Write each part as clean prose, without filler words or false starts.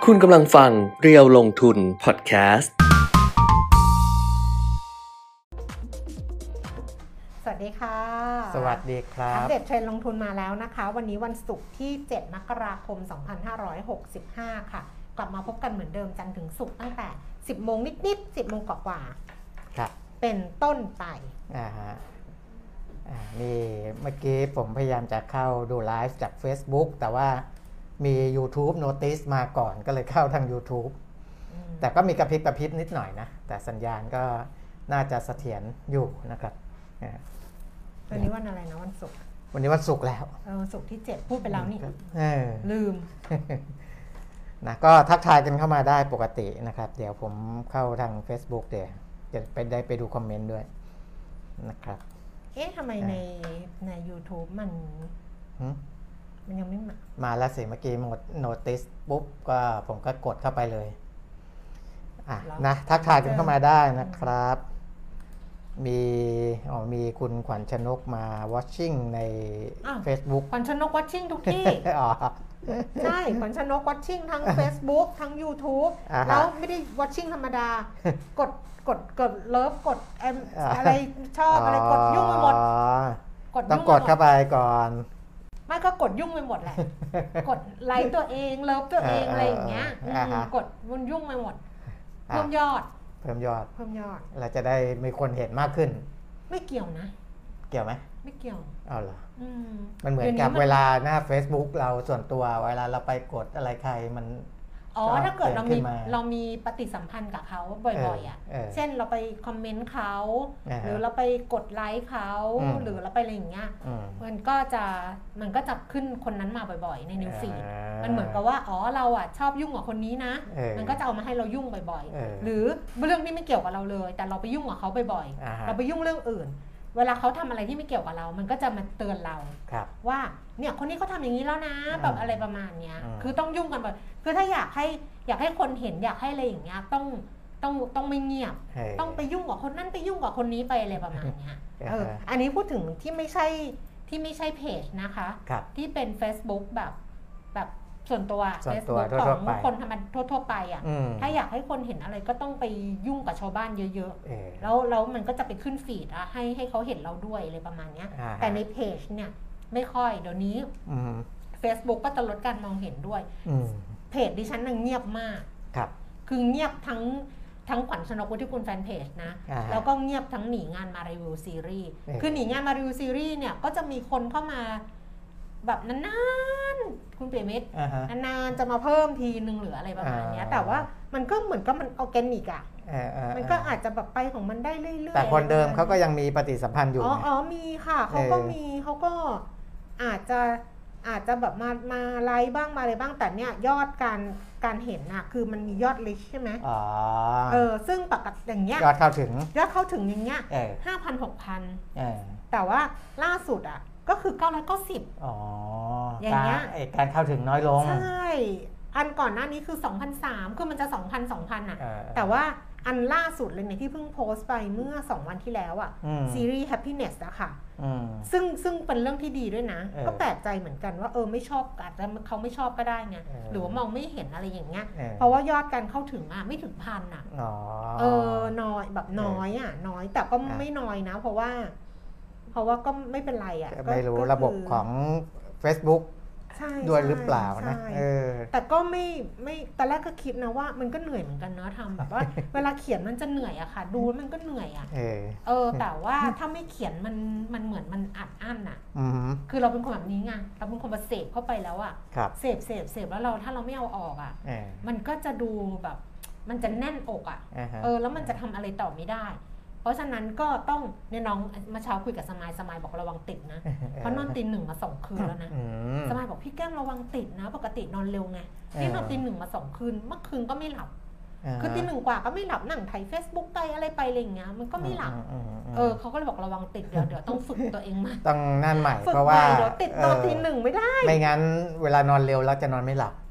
คุณกำลังฟังเรียวลงทุนพอดแคสต์สวัสดีค่ะสวัสดีครับอัปเดตเทรนด์ลงทุนมาแล้วนะคะวันนี้วันศุกร์ที่7มกราคม2565ค่ะกลับมาพบกันเหมือนเดิมจันทร์ถึงศุกร์ตั้งแต่10โมงนิดๆ10โมงกว่าๆเป็นต้นไปนี่เมื่อกี้ผมพยายามจะเข้าดูไลฟ์จาก Facebook แต่ว่ามี YouTube Notice มาก่อนก็เลยเข้าทาง YouTube แต่ก็มีกระพริบนิดหน่อยนะแต่สัญญาณก็น่าจะเสถียรอยู่นะครับวันนี้วันอะไรนะวันศุกร์วันนี้วันศุกร์แล้ววันศุกร์ที่7พูดไปแล้วนี่ลืมนะก็ทักทายกันเข้ามาได้ปกตินะครับเดี๋ยวผมเข้าทาง Facebook เดี๋ยวจะไปดูคอมเมนต์ด้วยนะครับทำไมใน YouTube มันยังไม่มาแล้วสิเมื่อกี้หมด Notice ปุ๊บก็ผมก็กดเข้าไปเลยนะทักทายกันเข้ามาได้นะครับมีคุณขวัญชนกมา watching ใน Facebook ขวัญชนก watching ทุกที่ใช่ขวัญชนก watching ทั้ง Facebook ทั้ง YouTube แล้วไม่ได้ watching ธรรมดากดเลิฟกดอะไรชอบอะไรกดยุ่งไปหมดต้องกดเข้าไปก่อนไม่ก็กดยุ่งไปหมดแหละกดไลค์ตัวเองเลิฟตัวเองอะไรอย่างเงี้ยกดมันยุ่งไปหมดเพิ่มยอดเราจะได้มีคนเห็นมากขึ้นไม่เกี่ยวนะเกี่ยวไหมไม่เกี่ยวเอาเหรอมันเหมือนกับเวลาหน้า Facebook เราส่วนตัวเวลาเราไปกดอะไรใครมันถ้าเกิดเรามีปฏิสัมพันธ์กับเขาบ่อยๆเช่นเราไปคอมเมนต์เขาหรือเราไปกดไลค์เขาหรือเราไปอะไรอย่างเงี้ยมันก็จะขึ้นคนนั้นมาบ่อยๆในนิวฟีดมันเหมือนกับว่าเราชอบยุ่งกับคนนี้นะมันก็จะเอามาให้เรายุ่งบ่อยๆหรือเรื่องที่ไม่เกี่ยวกับเราเลยแต่เราไปยุ่งกับเขาบ่อยๆเราไปยุ่งเรื่องอื่นเวลาเขาทำอะไรที่ไม่เกี่ยวกับเรามันก็จะมาเตือนเราว่าเนี่ยคนนี้เขาทำอย่างนี้แล้วนะแบบอะไรประมาณเนี้ยคือต้องยุ่งกันแบบคือถ้าอยากให้คนเห็นอยากให้อะไรอย่างเงี้ยต้องไม่เงียบต้องไปยุ่งกับคนนั้นไปยุ่งกับคนนี้ไปอะไรประมาณเนี้ยอันนี้พูดถึงที่ไม่ใช่เพจนะคะที่เป็น Facebook แบบส่วนตัว Facebook ของคนธรรมดาทั่วไปอ่ะถ้าอยากให้คนเห็นอะไรก็ต้องไปยุ่งกับชาวบ้านเยอะๆแล้วมันก็จะไปขึ้นฟีดให้เขาเห็นเราด้วยอะไรประมาณนี้แต่ในเพจเนี่ยไม่ค่อยเดี๋ยวนี้ Facebook ก็จะลดการมองเห็นด้วยเพจดิฉันเงียบมากคือเงียบทั้งขวัญชนกวุฒิกุลแฟนเพจนะแล้วก็เงียบทั้งหนีงานมารีวิวซีรีส์คือหนีงานมารีวิวซีรีส์เนี่ยก็จะมีคนเข้ามาแบบนานๆคุณเปียมิตรนานๆจะมาเพิ่มทีนึงหรืออะไรประมาณนี้แต่ว่ามันก็เหมือนกับมันออร์แกนิกอ่ะมันก็อาจจะแบบไปของมันได้เรื่อยๆแต่คนเดิมเขาก็ยังมีปฏิสัมพันธ์อยู่มีค่ะเขาก็อาจจะแบบมาไลค์บ้างมาอะไรบ้างแต่เนี่ยยอดการเห็นน่ะคือมันมียอดลิชใช่ไหมซึ่งปกติอย่างเงี้ยยอดเข้าถึงอย่างเงี้ย5,000-6,000แต่ว่าล่าสุดอ่ะก็คือ990อย่างเงี้ยการเข้าถึงน้อยลงใช่อันก่อนหน้านี้คือ 2,300 คือมันจะ 2,000 อ่ะแต่ว่าอันล่าสุดเลยเนี่ยที่เพิ่งโพสต์ไปเมื่อ2วันที่แล้วอ่ะซีรีส์ Happiness อะค่ะซึ่งเป็นเรื่องที่ดีด้วยนะก็แปลกใจเหมือนกันว่าไม่ชอบอาจจะเขาไม่ชอบก็ได้ไงหรือว่ามองไม่เห็นอะไรอย่างเงี้ยเพราะว่ายอดการเข้าถึงอ่ะไม่ถึงพันอ่ะน้อยแบบน้อยอ่ะน้อยแต่ก็ไม่น้อยนะเพราะว่าก็ไม่เป็นไรอ่ะไม่รู้ระบบของ Facebook ด้วยหรือเปล่านะแต่ก็ไม่ตอนแรกก็คิดนะว่ามันก็เหนื่อยเหมือนกันเนาะทำแบบว่าเวลาเขียนมันจะเหนื่อยอะค่ะดูมันก็เหนื่อยอะแต่ว่าถ้าไม่เขียนมันเหมือนมันอัดอั้นอะคือเราเป็นคนแบบนี้ไงเราเป็นคนมาเสพเข้าไปแล้วอะเสพแล้วถ้าเราไม่เอาออกอะมันก็จะดูแบบมันจะแน่นอกอะแล้วมันจะทำอะไรต่อไม่ได้เพราะฉะนั้นก็ต้องเนี่ยน้องมาเช้าคุยกับสมายบอกระวังติดนะเพราะนอนตี 1 มา 2 คืนแล้วนะสมายบอกพี่แก้มระวังติดนะปกตินอนเร็วไงนี่นอนตี 1 มา 2 คืนเมื่อคืนก็ไม่หลับคือตี 1 กว่าก็ไม่หลับนั่งไถ Facebook ไปอะไรไปอะไรอย่างเงี้ยมันก็ไม่หลับเขาก็เลยบอกระวังติดเดี๋ยวต้องฝึกตัวเองมาต้องนั่นใหม่เพราะว่าเดี๋ยวติดนอนตี 1ไม่ได้ไม่งั้นเวลานอนเร็วแล้วจะนอนไม่หลับ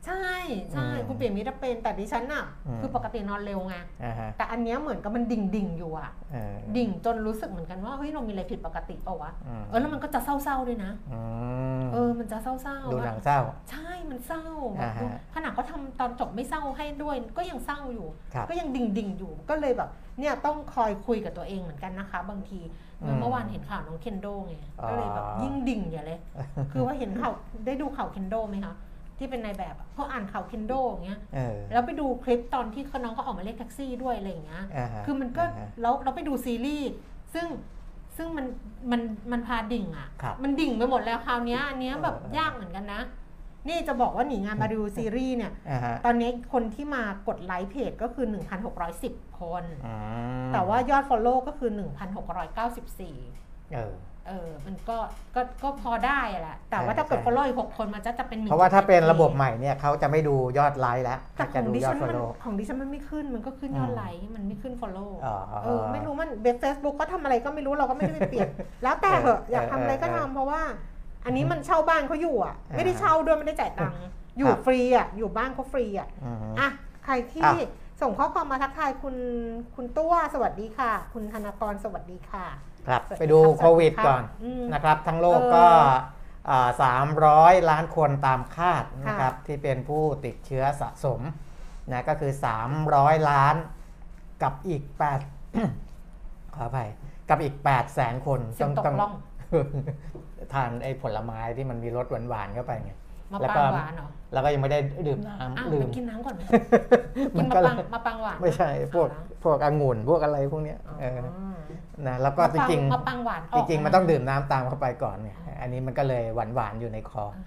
ใช่คุณเปี่ยมมิตรเป็นแต่ดิฉันน่ะคือปกตินอนเร็วไงแต่อันเนี้ยเหมือนกับมันดิ่งอยู่อ่ะดิ่งจนรู้สึกเหมือนกันว่าเฮ้ยเรามีอะไรผิดปกติเปล่าวะแล้วมันก็จะเศร้าๆด้วยนะมันจะเศร้าๆดูหนังเศร้าใช่มันเศร้าขนาดเขาทำตอนจบไม่เศร้าให้ด้วยก็ยังเศร้าอยู่ก็ยังดิ่งอยู่ก็เลยแบบเนี่ยต้องคอยคุยกับตัวเองเหมือนกันนะคะบางทีเมื่อวานเห็นข่าวน้องเคนโดไงก็เลยแบบยิ่งดิ่งอย่าเลยคือว่าเห็นข่าวได้ดูข่าวเคนโดไหมคะที่เป็นนายแบบเขาอ่านข่าวเคนโดอย่างเงี้ยแล้วไปดูคลิปตอนที่น้องเขาออกมาเรียกแท็กซี่ด้วยอะไรอย่างเงี้ยคือมันก็แล้วไปดูซีรีส์ซึ่งมันพาดิ่งอ่ะมันดิ่งไปหมดแล้วคราวนี้อันเนี้ยแบบยากเหมือนกันนะนี่จะบอกว่าหนีงานมาดูซีรีส์เนี่ยตอนนี้คนที่มากดไลค์เพจก็คือ 1,610 คนแต่ว่ายอด follow ก็คือ 1,694มันก็พอได้แหละแต่ว่าถ้าเกิด follow อีก6คนมันจะเป็น1เพราะว่าถ้าเป็นระบบใหม่เนี่ยเขาจะไม่ดูยอดไลค์แล้วแต่ของดิฉันมันไม่ขึ้นมันก็ขึ้นยอดไลค์มันไม่ขึ้น follow ไม่รู้มันเว็บ Facebook ก็ทำอะไรก็ไม่รู้เราก็ไม่ได้ไปเปลี่ยนแล้วแต่เหอะอยากทำอะไรก็ทำเพราะว่าอันนี้มันเช่าบ้านเขาอยู่อ่ะไม่ได้เช่าด้วยไม่ได้จ่ายตังค์อยู่ฟรีอ่ะอยู่บ้านเขาฟรีอ่ะใครที่ส่งข้อความมาทักทายคุณตัวสวัสดีค่ะคุณธนากรสวัสดีค่ะครับไปดูโควิดก่อนนะครับทั้งโลกก็300 ล้านคนตามคาดนะครับที่เป็นผู้ติดเชื้อสะสมนะก็คือ300 ล้านกับอีกขออภัยกับอีก 800,000 คนต้องทานไอ้ผลไม้ที่มันมีรสหวานๆเข้าไปไงแล้วก็แล้วก็ยังไม่ได้ดื่มน้ำลืมกินน้ำก่อนไหมกินมาปังหวานไม่ใช่พวกองุ่นพวกอะไรพวกเนี้ยนะแล้วก็จริงมาปังหวานจริงมันต้องดื่มน้ำตามเข้าไปก่อนเนี่ยอันนี้มันก็เลยหวานอยู่ในคอ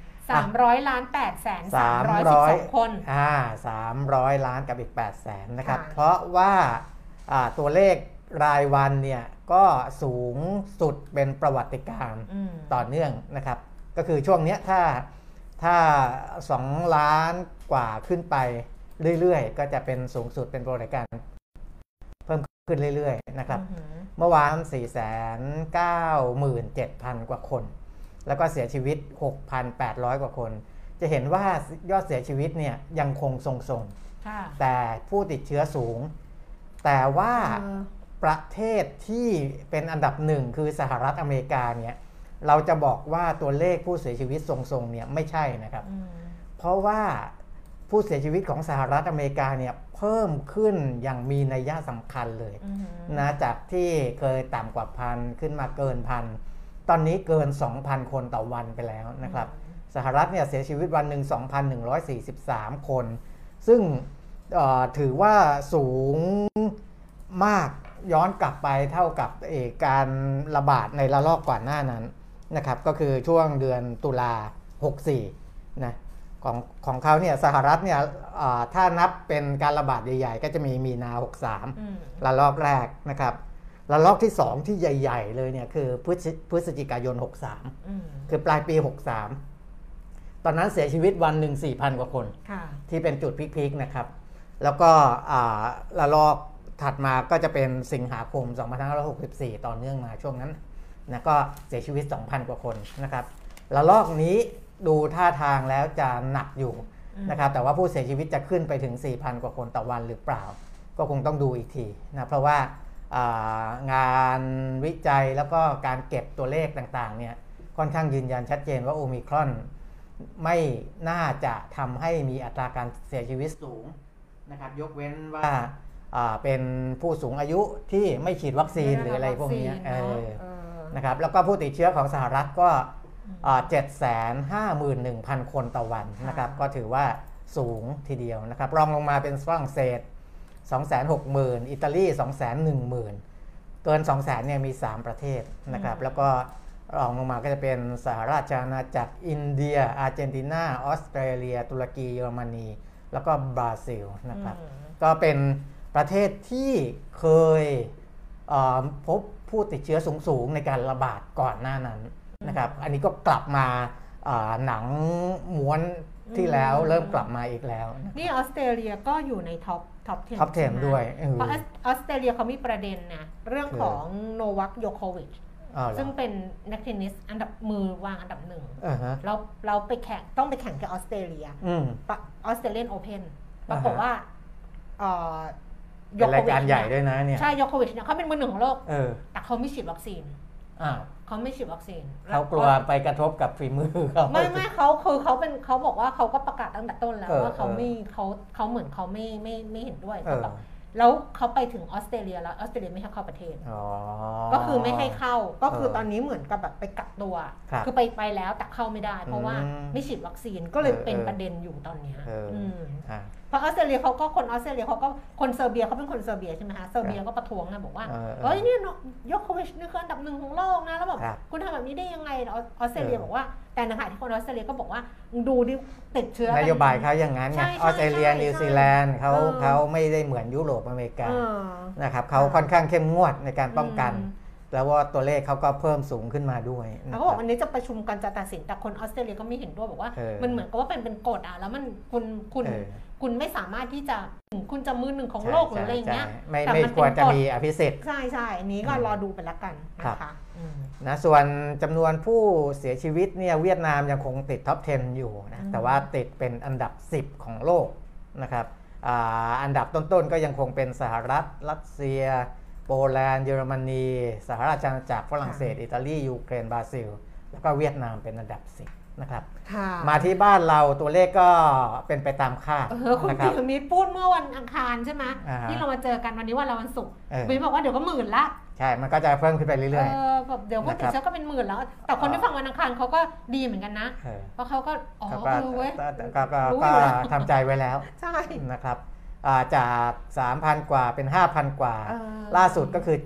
300,800,312 คน 300 ล้านกับอีก 800,000 นะครับเพราะว่าตัวเลขรายวันเนี่ยก็สูงสุดเป็นประวัติการณ์ต่อเนื่องนะครับก็คือช่วงนี้ถ้า2 ล้านกว่าขึ้นไปเรื่อยๆก็จะเป็นสูงสุดเป็นประวัติการณ์เพิ่มขึ้นเรื่อยๆนะครับเมื่อวาน 497,000 กว่าคนแล้วก็เสียชีวิต 6,800 กว่าคนจะเห็นว่ายอดเสียชีวิตเนี่ยยังคงทรงๆแต่ผู้ติดเชื้อสูงแต่ว่าประเทศที่เป็นอันดับหนึ่งคือสหรัฐอเมริกาเนี่ยเราจะบอกว่าตัวเลขผู้เสียชีวิตทรงๆเนี่ยไม่ใช่นะครับเพราะว่าผู้เสียชีวิตของสหรัฐอเมริกาเนี่ยเพิ่มขึ้นอย่างมีนัยยะสำคัญเลยนะจากที่เคยต่ำกว่าพันขึ้นมาเกินพันตอนนี้เกิน 2,000 คนต่อวันไปแล้วนะครับสหรัฐเนี่ยเสียชีวิตวันหนึ่ง 2,143 คนซึ่งถือว่าสูงมากย้อนกลับไปเท่ากับการระบาดในระลอกก่อนหน้านั้นนะครับก็คือช่วงเดือนตุลา64นะของเขาเนี่ยสหรัฐเนี่ยถ้านับเป็นการระบาดใหญ่ๆก็จะมีนา63ระลอกแรกนะครับระลอกที่2ที่ใหญ่ๆเลยเนี่ยคือพฤศจิกายน63คือปลายปี63ตอนนั้นเสียชีวิตวันหนึ่ง 4,000 กว่าคนที่เป็นจุดพีคๆนะครับแล้วก็ระลอกถัดมาก็จะเป็นสิงหาคม2564ต่อเนื่องมาช่วงนั้นนะก็เสียชีวิต 2,000 กว่าคนนะครับระลอกนี้ดูท่าทางแล้วจะหนักอยู่นะครับแต่ว่าผู้เสียชีวิตจะขึ้นไปถึง 4,000 กว่าคนต่อวันหรือเปล่าก็คงต้องดูอีกทีนะเพราะว่างานวิจัยแล้วก็การเก็บตัวเลขต่างๆเนี่ยค่อนข้างยืนยันชัดเจนว่าโอมิครอนไม่น่าจะทำให้มีอัตราการเสียชีวิตสูงนะครับยกเว้นว่าเป็นผู้สูงอายุที่ไม่ฉีดวัคซีนหรืออะไรพวกนี้นะครับแล้วก็ผู้ติดเชื้อของสหรัฐก็751,000 คนต่อวันนะครับก็ถือว่าสูงทีเดียวนะครับรองลงมาเป็นฝรั่งเศส 260,000 อิตาลี 210,000 เกิน 200,000 เนี่ยมี3ประเทศนะครับแล้วก็รองลงมาก็จะเป็นสหราชอาณาจักรอินเดียอาร์เจนตินาออสเตรเลียตุรกีเยอรมนีแล้วก็บราซิลนะครับก็เป็นประเทศที่เคยพบผู้ติดเชื้อสูงๆในการระบาดก่อนหน้านั้นนะครับอันนี้ก็กลับมาหนังม้วนที่แล้วเริ่มกลับมาอีกแล้วนี่ออสเตรเลียก็อยู่ในท็อป 10ด้วยเพราะออสเตรเลียเขามีประเด็นนะเรื่องของโนวัคโยโควิชซึ่งเป็นนักเทนนิสอันดับมือวางอันดับหนึ่งเราไปแข่งต้องไปแข่งกับออสเตรเลียออสเตรเลียนโอเพ่นปรากฏว่าเป็นรายการใหญ่ด้วยนะเนี่ยใช่โยโควิชเนี่ยเขาเป็นมือหนึ่งของโลกแต่เขาไม่ฉีดวัคซีนเขาไม่ฉีดวัคซีนเขากลัวไปกระทบกับฝีมือเขาไม่เขาบอกว่าเขาก็ประกาศตั้งแต่ต้นแล้วว่าเขาเหมือนเขาไม่เห็นด้วยแล้วเขาไปถึงออสเตรเลียแล้วออสเตรเลียไม่ให้เข้าประเทศก็คือไม่ให้เข้าก็คือตอนนี้เหมือนกับแบบไปกักตัวคือไปแล้วแต่เข้าไม่ได้เพราะว่าไม่ฉีดวัคซีนก็เลยเป็นประเด็นอยู่ตอนนี้เพราะออสเตรเลียเขาก็คนออสเตรเลียเขาก็คนเซอร์เบียเขาเป็นคนเซอร์เบียใช่ไหมคะเซอร์เบียก็ประท้วงนะบอกว่าเฮ้ยเนี่ยโยโควิชนี่คืออันดับหนึ่งของโลกนะแล้วแบบคุณทำแบบนี้ได้ยังไงออสเตรเลียบอกว่าแต่ในขณะที่คนออสเตรเลียก็บอกว่าดูดิติดเชื้อนโยบายเขาอย่างนั้นไงออสเตรเลียนิวซีแลนด์เขาไม่ได้เหมือนยุโรปอเมริกานะครับเขาค่อนข้างเข้มงวดในการป้องกันแล้วว่าตัวเลขเขาก็เพิ่มสูงขึ้นมาด้วยเขาบอกวันนี้จะประชุมกันจะตัดสินแต่คนออสเตรเลียก็ไม่เห็นด้วยบอกว่ามันเหมือนกับว่าเป็นกฎแล้วมันคุณไม่สามารถที่จะคุณจะมือหนึ่งของโลกหรืออะไรอย่างเงี้ยแต่ไม่ควรจะมีอภิสิทธิ์ใช่อันนี้ก็รอดูไปละกันนะคะนะส่วนจำนวนผู้เสียชีวิตเนี่ยเวียดนามยังคงติดท็อป 10 อยู่นะแต่ว่าติดเป็นอันดับ10ของโลกนะครับอันดับต้นๆก็ยังคงเป็นสหรัฐรัสเซียโปแลนด์เยอรมนีสหราชอาณาจักรฝรั่งเศสอิตาลียูเครนบราซิลแล้วก็เวียดนามเป็นอันดับ10นะครับมาที่บ้านเราตัวเลขก็เป็นไปตามคาดคุณพี่มีพูดเมื่อวันอังคารใช่ไหมที่เรามาเจอกันวันนี้ว่าเราวันศุกร์บีบอกว่าเดี๋ยวก็10,000ละใช่มันก็จะเพิ่มขึ้นไปเรื่อยๆแบบเดี๋ยวผู้ติดเชื้อก็เป็น10,000แล้วแต่คนที่ฟังวันอังคารเขาก็ดีเหมือนกันนะเพราะเขาก็เว้ยก็ทำใจไว้แล้วใช่นะครับจาก 3,000 กว่าเป็น 5,000 กว่าล่าสุดก็คือ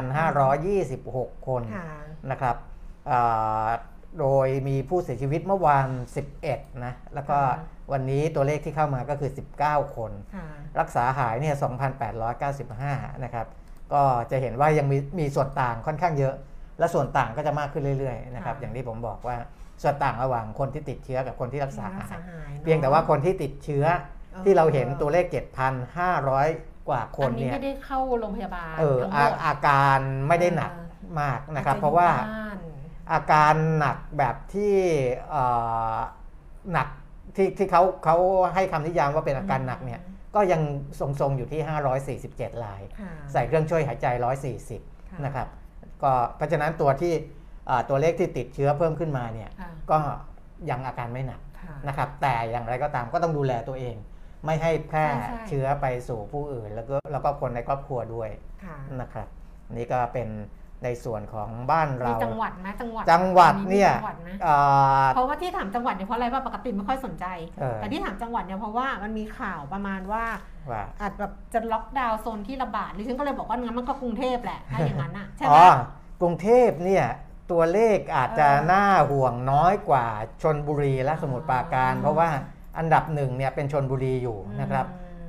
7,526 คนนะครับโดยมีผู้เสียชีวิตเมื่อวาน11นะแล้วก็วันนี้ตัวเลขที่เข้ามาก็คือ19คนรักษาหายเนี่ย 2,895 นะครับก็จะเห็นว่ายังมีส่วนต่างค่อนข้างเยอะและส่วนต่างก็จะมากขึ้นเรื่อยๆนะครับอย่างที่ผมบอกว่าส่วนต่างระหว่างคนที่ติดเชื้อกับคนที่รักษาหายเพียงแต่ว่าคนที่ติดเชื้อที่เราเห็นตัวเลข 7,500 กว่าคนเนี่ยไม่ได้เข้าโรงพยาบาลอาการไม่ได้หนักมากนะครับเพราะว่าอาการหนักแบบที่หนักที่เขาให้คำนิยามว่าเป็นอาการหนักเนี่ยก็ยังทรงๆอยู่ที่547รายใส่เครื่องช่วยหายใจ140นะครับก็เพราะฉะนั้นตัวเลขที่ติดเชื้อเพิ่มขึ้นมาเนี่ยก็ยังอาการไม่หนักนะครับแต่อย่างไรก็ตามก็ต้องดูแลตัวเองไม่ให้แพร่เชื้อไปสู่ผู้อื่นแล้วก็คนในครอบครัวด้วยนะครับนี่ก็เป็นในส่วนของบ้านเราจังหวัดนะจังหวัดเนี่ยเพราะว่าที่ถามจังหวัดเนี่ยเพราะอะไรว่าปกติไม่ค่อยสนใจแต่ที่ถามจังหวัดเนี่ยเพราะว่ามันมีข่าวประมาณว่าอาจแบบจะล็อกดาวน์โซนที่ระบาดดิฉันก็เลยบอกว่างั้นมันก็กรุงเทพแหละถ้าอย่างนั้นน่ะใช่ไหมกรุงเทพเนี่ยตัวเลขอาจจะน่าห่วงน้อยกว่าชลบุรีและสมุทรปราการเพราะว่าอันดับ1เนี่ยเป็นชลบุรีอยู่นะครับ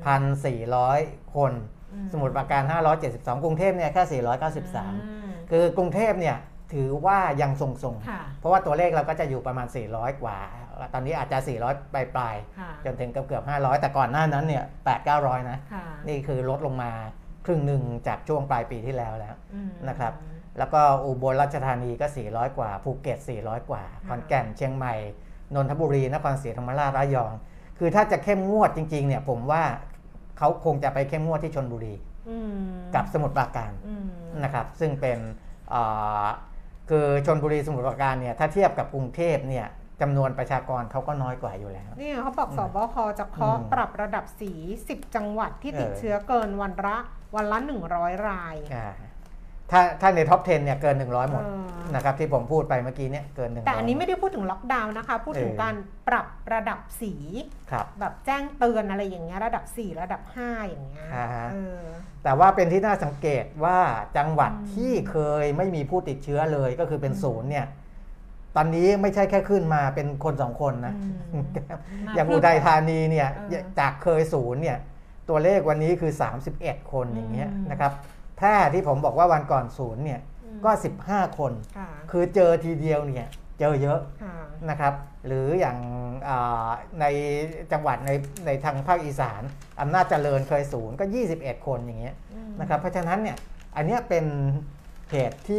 1,400 คนสมุทรปราการ572กรุงเทพเนี่ยแค่493คือกรุงเทพเนี่ยถือว่ายังทรงๆเพราะว่าตัวเลขเราก็จะอยู่ประมาณ400กว่าตอนนี้อาจจะ400ปลายๆจนถึงเกือบ500แต่ก่อนหน้านั้นเนี่ย800-900นะนี่คือลดลงมาครึ่งหนึ่งจากช่วงปลายปีที่แล้วนะครับแล้วก็อุบลราชธานีก็400กว่าภูเก็ต400กว่าขอนแก่นเชียงใหม่นนทบุรีนครศรีธรรมราชระยองคือถ้าจะเข้มงวดจริงๆเนี่ยผมว่าเขาคงจะไปเข้มงวดที่ชลบุรีกับสมุทรปราการนะครับซึ่งเป็นคือชลบุรีสมุทรปราการเนี่ยถ้าเทียบกับกรุงเทพเนี่ยจำนวนประชากรเขาก็น้อยกว่าอยู่แล้วนี่เขาบอกสบคจะเคาะปรับระดับสี10จังหวัดที่ติดเชื้อเกินวันละ100รายถ้าในท็อป 10เนี่ยเกิน100หมดนะครับที่ผมพูดไปเมื่อกี้เนี่ยเกิน100 แต่อันนี้ไม่ได้พูดถึงล็อกดาวน์นะคะพูดถึงการปรับระดับสีแบบแจ้งเตือนอะไรอย่างเงี้ยระดับ4ระดับ5อย่างเงี้ยแต่ว่าเป็นที่น่าสังเกตว่าจังหวัดที่เคยไม่มีผู้ติดเชื้อเลยก็คือเป็น0เนี่ยตอนนี้ไม่ใช่แค่ขึ้นมาเป็นคน2คนนะอย่างอุทัยธานีเนี่ยจากเคย0เนี่ยตัวเลขวันนี้คือ31คนอย่างเงี้ยนะครับแพร่ที่ผมบอกว่าวันก่อน0เนี่ยก็15คนคือเจอทีเดียวเนี่ยเจอเยอะนะครับหรืออย่างในจังหวัดในทางภาคอีสานอำนาจเจริญเคย0ก็21คนอย่างเงี้ยนะครับเพราะฉะนั้นเนี่ยอันนี้เป็นเหตุที่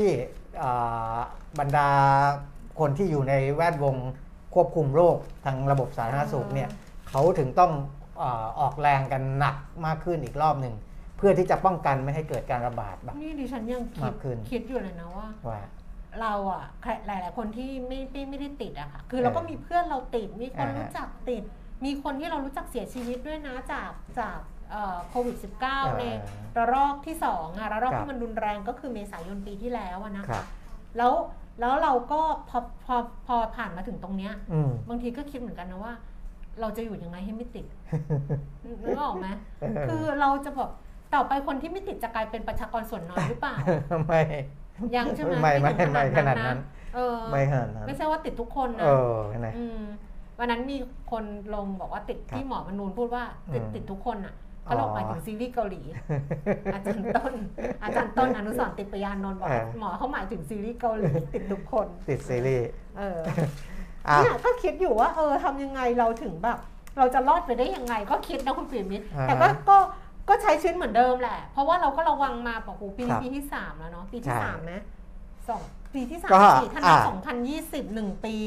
บรรดาคนที่อยู่ในแวดวงควบคุมโรคทางระบบสาธารณสุขเนี่ยเขาถึงต้องออกแรงกันหนักมากขึ้นอีกรอบหนึ่งเพื่อที่จะป้องกันไม่ให้เกิดการระบาดแบบนี่ดิฉันยังคิดอยู่เลยนะว่าเราอ่ะหลายๆคนที่ไม่ได้ติดอะค่ะคือเราก็มีเพื่อนเราติดมีคนรู้จักติดมีคนที่เรารู้จักเสียชีวิตด้วยนะจากโควิด -19 ในระลอกที่2อะระลอกที่มันรุนแรงก็คือเมษายนปีที่แล้วนะคะแล้วเราก็พอผ่านมาถึงตรงเนี้ยบางทีก็คิดเหมือนกันนะว่าเราจะอยู่ยังไงให้ไม่ติดนึกออกไหมคือเราจะแบบต่อไปคนที่ไม่ติดจะกลายเป็นประชากรส่วนน้อยหรือเปล่าไม่ยังใช่ไหมไม่ขนาดนั้นไม่ขนาดนั้นไม่ใช่ว่าติดทุกคนนะวันนั้นมีคนลงบอกว่าติดที่หมอมนูนพูดว่าติดทุกคนอ่ะเขาลงหมายถึงซีรีส์เกาหลีอาจารย์ต้นอนุสรณ์ติปยานนท์บอกหมอเขาหมายถึงซีรีส์เกาหลีติดทุกคนติดซีรีส์เนี่ยก็คิดอยู่ว่าทำยังไงเราถึงแบบเราจะรอดไปได้ยังไงก็คิดนะคุณปิ่มมิตรแต่ก็ใช้ชีวิตเหมือนเดิมแหละเพราะว่าเราก็ระวังมาบอกโอ้ปีที่3แล้วเนาะปีที่3ไหมปีที่3ปีท่าน2020 1 ปี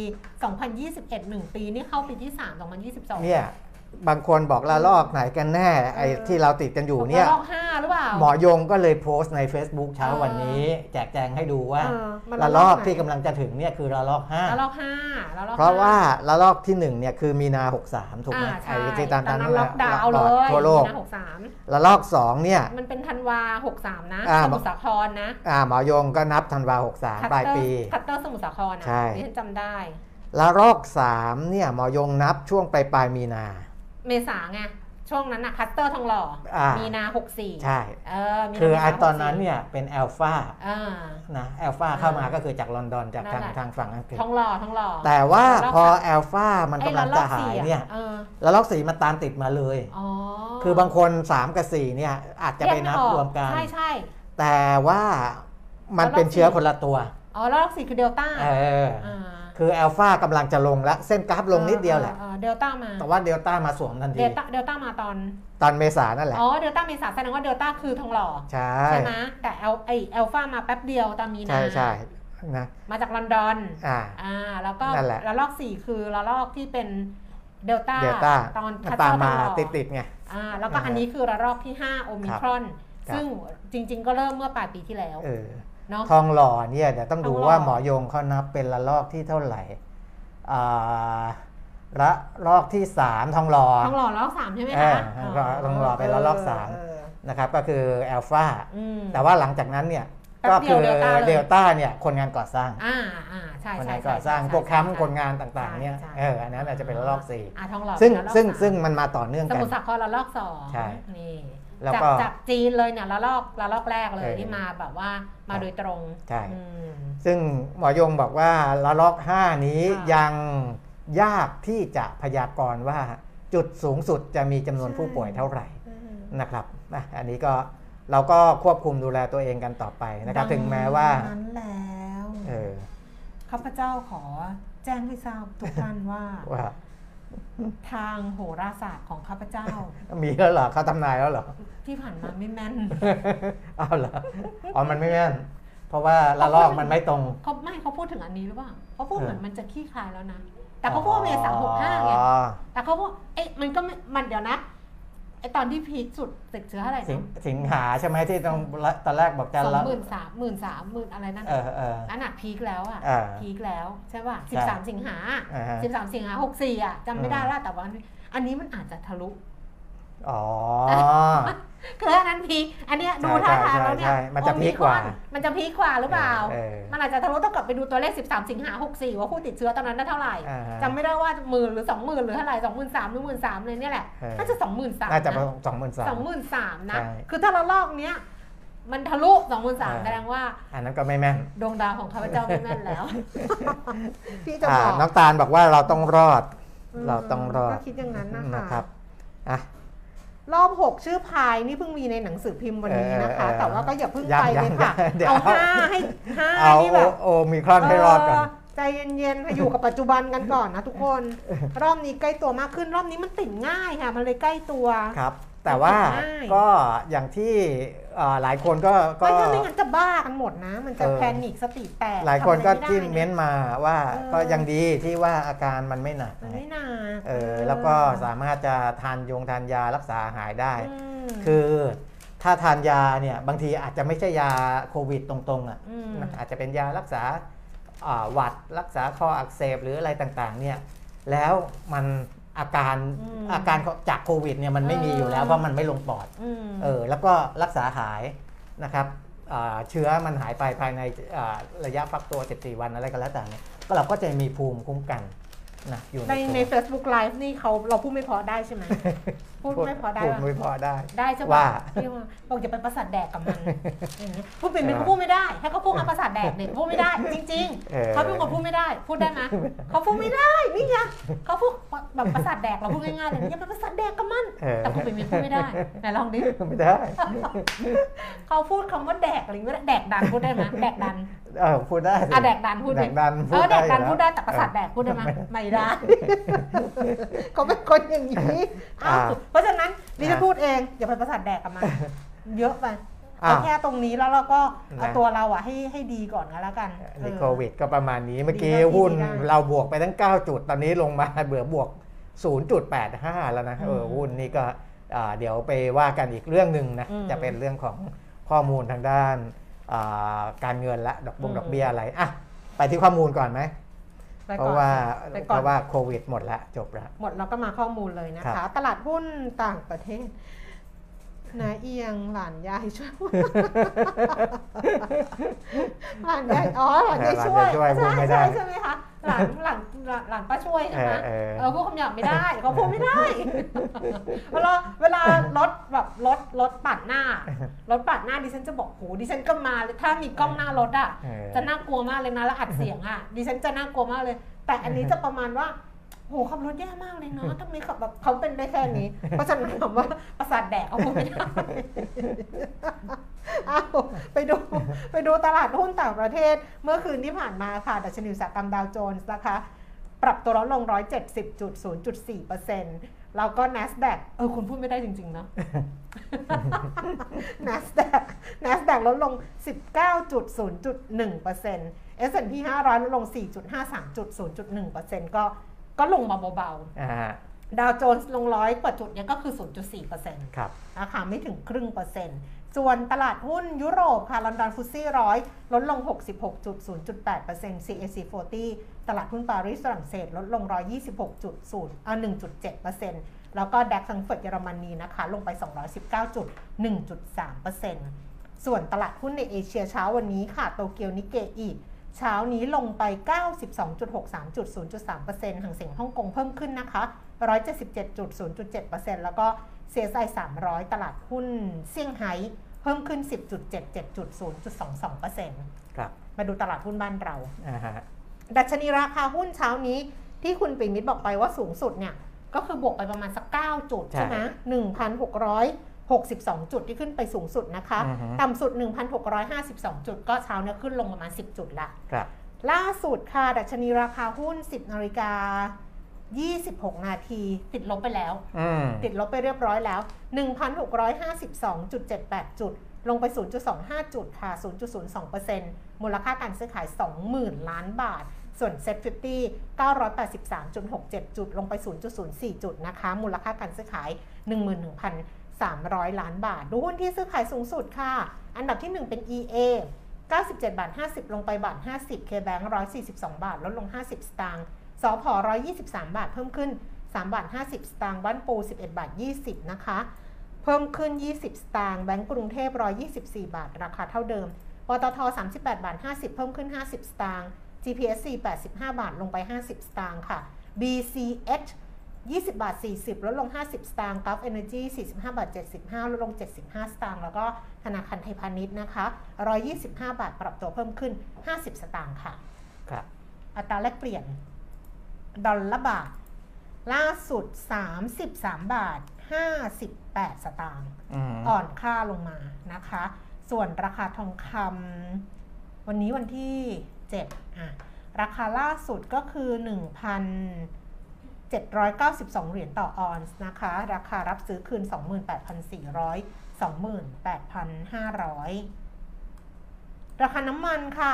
2021 1 ปีนี่เข้าปีที่3 2022 เนี่ยบางคนบอกละลอกไหนกันแน่ไอ้ที่เราติดกันอยู่เนี่ยละลอก5หรือเปล่าหมอยงก็เลยโพสต์ใน Facebook เช้าวันนี้แจกแจงให้ดูว่าละลอกที่กำลังจะถึงเนี่ยคือละลอก5 ละลอก5เพราะว่าละลอกที่1เนี่ยคือมีนา63ถูกไหมไอ้ที่ตามล็อกดาวน์เลยทั่วโลกละลอก2เนี่ยมันเป็นธันวา63นะสมุทรสาครนะหมอยงก็นับธันวา63ปลายปีคัตเตอร์สมุทรสาครนะดิฉันจำได้ละลอก3เนี่ยหมอยงนับช่วงปลายมีนาเมษาไงช่วงนั้นน่ะคัตเตอร์ทองหล่อมีนา64 ใช่คือไอตอนนั้นเนี่ยเป็นอัลฟานะอัลฟาเข้ามาก็คือจากลอนดอนจากทางฝั่งอังกฤษทองหล่อแต่ว่าพออัลฟามันกำลังจะหายเนี่ยแล้วล็อก4มันตามติดมาเลยคือบางคน3กับ4เนี่ยอาจจะไปนับรวมกันใช่แต่ว่ามันเป็นเชื้อคนละตัวแล้วล็อก4คือเดลต้าคืออัลฟากำลังจะลงแล้วเส้นกราฟลงนิดเดียวแหละเดลต้ามาแต่ว่าเดลต้ามาสวมทันทีเดลต้ามาตอนเมษานั่นแหละเดลต้าเมษาแสดงว่าเดลต้าคือทองหล่อใช่ไหมแต่อัลฟามาแป๊บเดียวตอนมีนาใช่นะมาจากลอนดอนแล้วก็ระลอก4คือระลอกที่เป็นเดลต้าตอนตามมาติดไงแล้วก็อันนี้คือระลอกที่5โอมิครอนซึ่งจริงๆก็เริ่มเมื่อปลายปีที่แล้วทองหล่อเนี่ยเดี๋ยวต้องดูว่าหมอยงเขานับเป็นระลอกที่เท่าไหร่ระลอกที่3ทองหล่อระลอก3ใช่ไหมคะทองหล่อเป็นระลอก3นะครับก็คืออัลฟาแต่ว่าหลังจากนั้นเนี่ยก็คือเดลต้าเนี่ยคนงานก่อสร้างใช่คนงานก่อสร้างพวกแคมป์คนงานต่างๆเนี่ยอันนั้นอาจจะเป็นระลอก4 ทองหล่อซึ่งมันมาต่อเนื่องกันสมุทรสาครระลอก2 ใช่นี่จากจีนเลยเนี่ยระลอกแรกเลยที่มาแบบว่ามาโดยตรงใช่ซึ่งหมอยงบอกว่าระลอก5นี้ยังยากที่จะพยากรณ์ว่าจุดสูงสุดจะมีจำนวนผู้ป่วยเท่าไหร่นะครับอันนี้ก็เราก็ควบคุมดูแลตัวเองกันต่อไปนะครับถึงแม้ว่านั้นแล้วข้าพเจ้าขอแจ้งให้ทราบทุกท่านว่าทางโหราศาสตร์ของข้าพเจ้ามีแล้วเหรอเขาทำนายแล้วเหรอที่ผ่านมาไม่แม่นเอาเหรอมันไม่แม่นเพราะว่าละลอกมันไม่ตรงเขาพูดถึงอันนี้หรือเปล่าเขาพูดเหมือนมันจะขี้คายแล้วนะแต่เขาพูดเมษา65ไงแต่เขาพูดมันก็มันเดี๋ยวนะตอนที่พีคสุดติดเชื้ออะไรสิงหาใช่ไหมที่ตอนแรกบอกจะละ 23,000อะไรนั่นนั่นน่ะพีคแล้วพีคแล้วใช่ป่ะ13 สิงหา64จำไม่ได้แล้วแต่ว่าอันนี้มันอาจจะทะลุคืออันนั้นพีคอันนี้ดูท่าทางแล้วเนี่ยมันจะพีคกว่าหรือเปล่ามันอาจจะทะลุต้องกลับไปดูตัวเลข13 สิงหา64ว่าผู้ติดเชื้อตอนนั้นได้เท่าไหร่จำไม่ได้ว่า10,000หรือ 20,000หรือเท่าไหร่ 23,000 หรือ 13,000เลยนี่แหละน่าจะ 23,000 น่าจะ 23,000 นะคือถ้าระลอกเนี้ยมันทะลุ 23,000 แสดงว่าอันนั้นก็ไม่แม่นดวงดาวของข้าพเจ้าไม่แม่นแล้วพี่จะบอกน้องตาลบอกว่าเราต้องรอดก็คิดอย่างนั้นนะครับรอบ6ชื่อพายนี่เพิ่งมีในหนังสือพิมพ์วันนี้นะคะแต่ว่าก็อย่าเพิ่งไปเลยค่ะเอา5ให้5นี่แบบโอมิครอนให้รอดก่อนใจเย็นๆอยู่กับปัจจุบันกันก่อนนะทุกคนรอบนี้ใกล้ตัวมากขึ้นรอบนี้มันติดง่ายค่ะมันเลยใกล้ตัวแต่ว่าก็อย่างที่หลายคนก็ถ้าไม่งั้นจะบ้ากันหมดนะมันจะแพนิคสติแตกหลายคนก็ที่เม้นมาว่าก็ยังดีที่ว่าอาการมันไม่หนักแล้วก็สามารถจะทานยารักษาหายได้คือถ้าทานยาเนี่ยบางทีอาจจะไม่ใช่ยาโควิดตรงๆอาจจะเป็นยารักษาหวัดรักษาคออักเสบหรืออะไรต่างๆเนี่ยแล้วมันอาการจากโควิดเนี่ยมันไม่มีอยู่แล้วเพราะมันไม่ลงปอดแล้วก็รักษาหายนะครับเชื้อมันหายไปภายในระยะฟักตัว14วันอะไรก็แล้วแต่เนี่ยก็เราก็จะมีภูมิคุ้มกันนะอยู่ใน Facebook Live นี่เราพูดไม่พอได้ใช่ไหมพูดไม่พอได้พูดไม่พอได้ใช่ป่ะบอกอย่าไปประสาทแดกกับมันพูดเป็นเขาพูดไม่ได้ให้เขาพูดประสาทแดกเนี่ยพูดไม่ได้จริงๆเขาเป็นคนพูดไม่ได้พูดได้ไหมเขาพูดไม่ได้นี่ไงเขาพูดแบบประสาทแดกเราพูดง่ายๆเลยอย่าไปประสาทแดกกับมันแต่พูดเป็นพูดไม่ได้ไหนลองดิไม่ได้เขาพูดคำว่าแดกอะไรไม่ได้แดกดันพูดได้ไหมแดกดันพูดได้แดกดันพูดได้แดกดันพูดได้แต่ประสาทแดกพูดได้ไหมไม่ได้เขาเป็นคนอย่างนี้เพราะฉะนั้นดิฉันพูดเองอย่าไปประสาทแดกกับมันเยอะไปเอาแค่ตรงนี้แล้วเราก็เอาตัวเราให้ดีก่อนก็แล้วกันในโควิดก็ประมาณนี้เมื่อกี้หุ้นเราบวกไปทั้ง9จุดตอนนี้ลงมาบวก 0.85 แล้วนะหุ้นนี่ก็เดี๋ยวไปว่ากันอีกเรื่องนึงนะจะเป็นเรื่องของข้อมูลทางด้านการเงินและดอกเบี้ยอะไรไปที่ข้อมูลก่อนไหมเพราะว่าโควิดหมดแล้วจบแล้วหมดเราก็มาข้อมูลเลยนะคะตลาดหุ้นต่างประเทศนาเอียงหลานยายช่วยหลานยายหลานยายช่วยใช่ไหมคะหลานป้าช่วยใช่ไหมพูดคำหยาบไม่ได้เขาพูดไม่ได้เวลารถปัดหน้าดิฉันจะบอกโหดิฉันก็มาถ้ามีกล้องหน้ารถจะน่ากลัวมากเลยนะแล้วอัดเสียงดิฉันจะน่ากลัวมากเลยแต่อันนี้จะประมาณว่าโหขับรถแย่มากเลยเนาะทำไมขับแบบเขาเป็นได้แค่นี้เพราะฉะนั้นคำว่าประสาทแดกเขาพูดไม่ได้ไปดูตลาดหุ้นต่างประเทศเมื่อคืนที่ผ่านมาค่ะดัชนีอุตสาหกรรมดาวโจนส์นะคะปรับตัวลดลง 170.0.4% แล้วก็ NASDAQ คุณพูดไม่ได้จริงๆเนาะ NASDAQ ลดลง 19.0.1% S&P 500ลดลง 4.53.0.1% ก็ลงมาเบาๆดาวโจนส์ลง100กว่าจุดเนี่ยก็คือ 0.4% ครับนะคะไม่ถึงครึ่งเปอร์เซ็นต์ส่วนตลาดหุ้นยุโรปค่ะลอนดอนฟุตซี่100ลดลง 66.0.8% CAC 40ตลาดหุ้นปารีสฝรั่งเศสลดลง 126.1.7% แล้วก็ดัคfrankfurtเฟิร์ตเยอรมนีนะคะลงไป 219.1.3% ส่วนตลาดหุ้นในเอเชียเช้าวันนี้ค่ะโตเกียวนิเกอิเช้านี้ลงไป 92.63.0.3% หางเสียงฮ่องกงเพิ่มขึ้นนะคะ 177.0.7% แล้วก็ CSI 300ตลาดหุ้นเซี่ยงไฮ้เพิ่มขึ้น 10.77.0.22% ครับมาดูตลาดหุ้นบ้านเราดัชนีราคาหุ้นเช้านี้ที่คุณปิ่นมิตรบอกไปว่าสูงสุดเนี่ยก็คือบวกไปประมาณสัก9จุดใช่ไหม 1,662 จุดที่ขึ้นไปสูงสุดนะคะต่ำสุด 1,652 จุดก็เช้าเนี่ยขึ้นลงประมาณ10จุดละล่าสุดค่ะดัชนีราคาหุ้น 10:26 นาทีติดลบไปแล้วติดลบไปเรียบร้อยแล้ว 1,652.78 จุดลงไป 0.25 จุดค่ะ 0.02% มูลค่าการซื้อขาย 20,000 ล้านบาทส่วน SET50 983.67 จุดลงไป 0.04 จุดนะคะมูลค่าการซื้อขาย 11,300 ล้านบาทดูหุ้นที่ซื้อขายสูงสุดค่ะอันดับที่1เป็น EA 97.50 ลงไปบาท50 KBank 142 บาทลดลง50สตางค์สผ123 บาทเพิ่มขึ้น3 บาท 50 สตางค์บ้านปู11 บาท 20นะคะเพิ่มขึ้น20สตางค์แบงก์กรุงเทพ124 บาทราคาเท่าเดิมปตท38 บาท 50เพิ่มขึ้น50สตางค์ GPSC 85 บาทลงไป50สตางค์ค่ะ BCH 20 บาท 40ลดลง50สตางค์ Gulf Energy 45 บาท 75ลดลง75สตางค์แล้วก็ธนาคารไทยพาณิชย์นะคะ125 บาทปรับตัวเพิ่มขึ้น50สตางค์ค่ะครับอัตราแลกเปลี่ยนดอลลาร์บาทล่าสุด33 บาท 58 สตางค์อ่อนค่าลงมานะคะส่วนราคาทองคำวันนี้วันที่7ราคาล่าสุดก็คือ 792 เหรียญต่อออนซ์นะคะราคารับซื้อคืน 28,400 28,500 ราคาน้ำมันค่ะ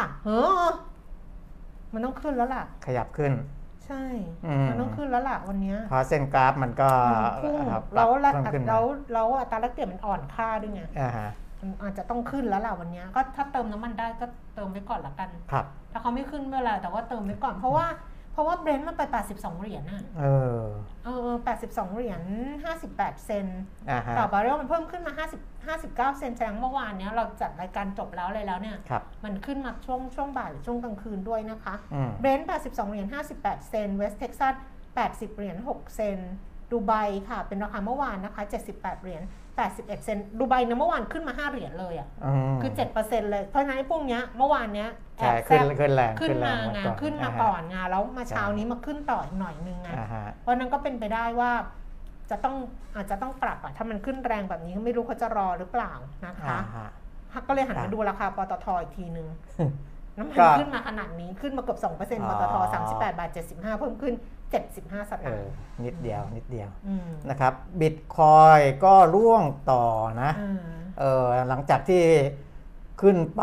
มันต้องขึ้นแล้วล่ะขยับขึ้นใช่มันต้องขึ้นแล้วล่ะวันนี้เพราะเส้นกราฟมันก็พุ่งแล้วอัตราแลกเปลี่ยนมันอ่อนค่าด้วยไงอาจจะต้องขึ้นแล้วล่ะวันนี้ก็ถ้าเติมน้ำมันได้ก็เติมไว้ก่อนละกันครับถ้าเขาไม่ขึ้นเมื่อไรแต่ว่าเติมไว้ก่อนเพราะว่าเบรนท์มันไป82เหรียญน่ะ82เหรียญ58เซนต์ต่อบาร์เรลมันเพิ่มขึ้นมา59เซนต์แสดงเมื่อวานนี้เราจัดรายการจบแล้วเลยแล้วเนี่ยมันขึ้นมาช่วงบ่ายหรือช่วงกลางคืนด้วยนะคะเบรนท์82เหรียญ58เซนต์เวสต์เท็กซัส80เหรียญ6เซนต์ดูไบค่ะเป็นราคาเมื่อวานนะคะ78เหรียญ81เซนต์ดูไบเนี่ยเมื่อวานขึ้นมา5เหรียญเลยอ่ะคือ 7% เลยเพราะฉะนั้นพวกเนี้ยเมื่อวานเนี้ยแอบขึ้นแรงขึ้นมาขึ้นมาก่อนไงแล้วมาเช้านี้มาขึ้นต่ออีกหน่อยนึงไงเพราะนั้นก็เป็นไปได้ว่าอาจจะต้องปรับถ้ามันขึ้นแรงแบบนี้ไม่รู้เขาจะรอหรือเปล่านะคะก็เลยหันมาดูราคาปตท.อีกทีนึงน้ำมันขึ้นมาขนาดนี้ขึ้นมาเกือบ 2% ปตท. 38.75 เพิ่มขึ้น75 สตางค์นิดเดียวนะครับบิตคอยก็ร่วงต่อนะหลังจากที่ขึ้นไป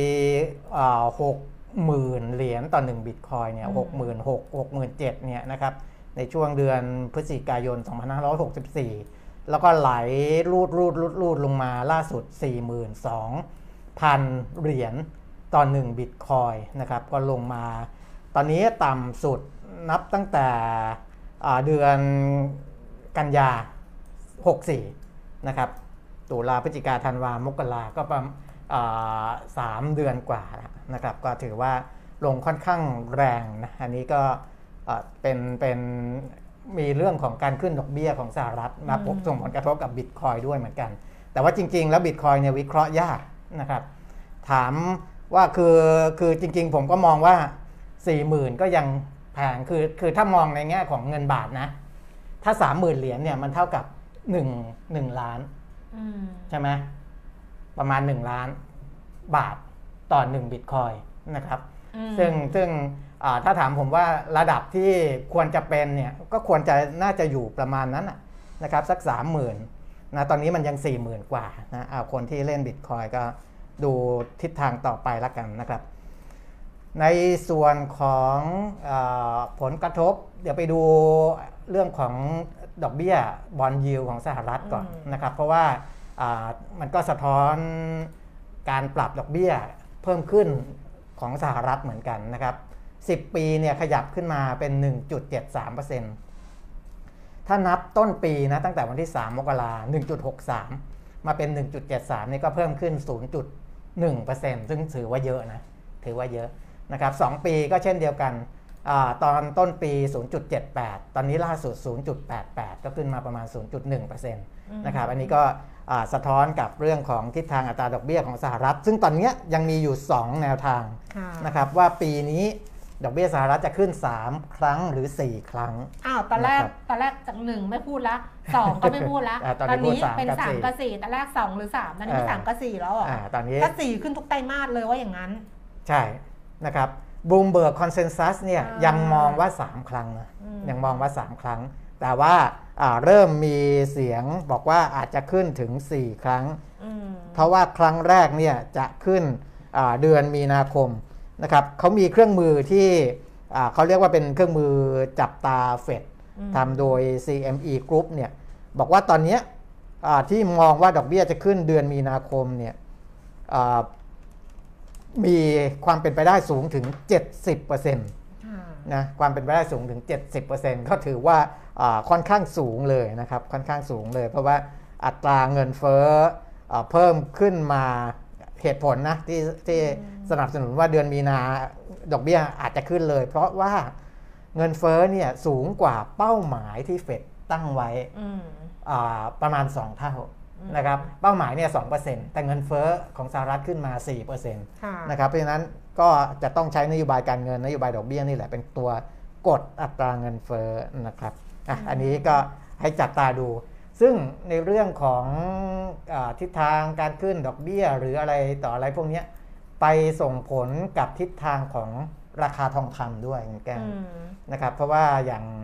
60,000 เหรียญต่อ1บิตคอยเนี่ย 66,000 67,000 เนี่ยนะครับในช่วงเดือนพฤศจิกายน 2564 แล้วก็ไหลรูดลงมาล่าสุด 42,000 เหรียญต่อ1บิตคอยนะครับก็ลงมาตอนนี้ต่ำสุดนับตั้งแต่เดือนกันยา64นะครับตุลาพฤศจิกาธันวามกราก็ประมาณ3 เดือนกว่านะครับก็ถือว่าลงค่อนข้างแรงนะอันนี้ก็เป็นมีเรื่องของการขึ้นดอกเบี้ยของสหรัฐมาส่งผลกระทบกับบิตคอยด้วยเหมือนกันแต่ว่าจริงๆแล้วบิตคอยเนี่ยวิเคราะห์ยากนะครับถามว่าคือจริงๆผมก็มองว่า 40,000 ก็ยังแพงคือถ้ามองในแง่ของเงินบาทนะถ้า 30,000 เหรียญเนี่ยมันเท่ากับ1 ล้านใช่ไหมประมาณ1 ล้านบาทต่อ1บิตคอยนะครับซึ่งถ้าถามผมว่าระดับที่ควรจะเป็นเนี่ยก็ควรจะน่าจะอยู่ประมาณนั้นนะครับสัก 30,000 นะตอนนี้มันยัง 40,000 กว่านะคนที่เล่นบิตคอยก็ดูทิศทางต่อไปละกันนะครับในส่วนของผลกระทบเดี๋ยวไปดูเรื่องของดอกเบี้ยบอนด์ยิลด์ของสหรัฐก่อนนะครับเพราะว่ามันก็สะท้อนการปรับดอกเบี้ยเพิ่มขึ้นของสหรัฐเหมือนกันนะครับ10 ปีเนี่ยขยับขึ้นมาเป็น 1.73% ถ้านับต้นปีนะตั้งแต่วันที่3 มกราคม 1.63 มาเป็น 1.73 นี่ก็เพิ่มขึ้น 0.1% ซึ่งถือว่าเยอะนะถือว่าเยอะนะครับ2 ปีก็เช่นเดียวกันตอนต้นปี 0.78 ตอนนี้ล่าสุด 0.88 ก็ขึ้นมาประมาณ 0.1% นะครับอันนี้ก็สะท้อนกับเรื่องของทิศทางอัตราดอกเบี้ยของสหรัฐซึ่งตอนนี้ยังมีอยู่2แนวทางนะครับว่าปีนี้ดอกเบี้ยสหรัฐจะขึ้น3 ครั้งหรือ 4 ครั้งตอนแรกจาก1ไม่พูดละ2ก็ไม่พูดละตอนนี้เป็น3กับ4ตอนแรก2หรือ3ตอนนี้เป็น3กับ4แล้วตอนนี้ก็4ขึ้นทุกไตรมาสเลยว่าอย่างนั้นใช่นะครับบูมเบิร์กคอนเซนแซสเนี่ยยังมองว่า3 ครั้งนะยังมองว่า3 ครั้งแต่ว่าเริ่มมีเสียงบอกว่าอาจจะขึ้นถึง4 ครั้งเพราะว่าครั้งแรกเนี่ยจะขึ้นเดือนมีนาคมนะครับเขามีเครื่องมือที่เขาเรียกว่าเป็นเครื่องมือจับตาเฟดทำโดย CME Group เนี่ยบอกว่าตอนนี้ที่มองว่าดอกเบี้ยจะขึ้นเดือนมีนาคมเนี่ยมีความเป็นไปได้สูงถึง 70% นะความเป็นไปได้สูงถึง 70% ก็ถือว่าค่อนข้างสูงเลยนะครับค่อนข้างสูงเลยเพราะว่าอัตราเงินเฟ้อเพิ่มขึ้นมาเหตุผลนะที่สนับสนุนว่าเดือนมีนาดอกเบี้ยอาจจะขึ้นเลยเพราะว่าเงินเฟ้อเนี่ยสูงกว่าเป้าหมายที่เฟดตั้งไว้ประมาณ2 เท่านะครับเป้าหมายเนี่ย 2% แต่เงินเฟ้อของสหรัฐขึ้นมา 4% นะครับเพราะฉะนั้นก็จะต้องใช้นโยบายการเงินนโยบายดอกเบี้ยนี่แหละเป็นตัวกดอัตราเงินเฟ้อนะครับอันนี้ก็ให้จับตาดูซึ่งในเรื่องของทิศทางการขึ้นดอกเบี้ยหรืออะไรต่ออะไรพวกนี้ไปส่งผลกับทิศทางของราคาทองคำด้วยแกนะครับเพราะว่าอย่าง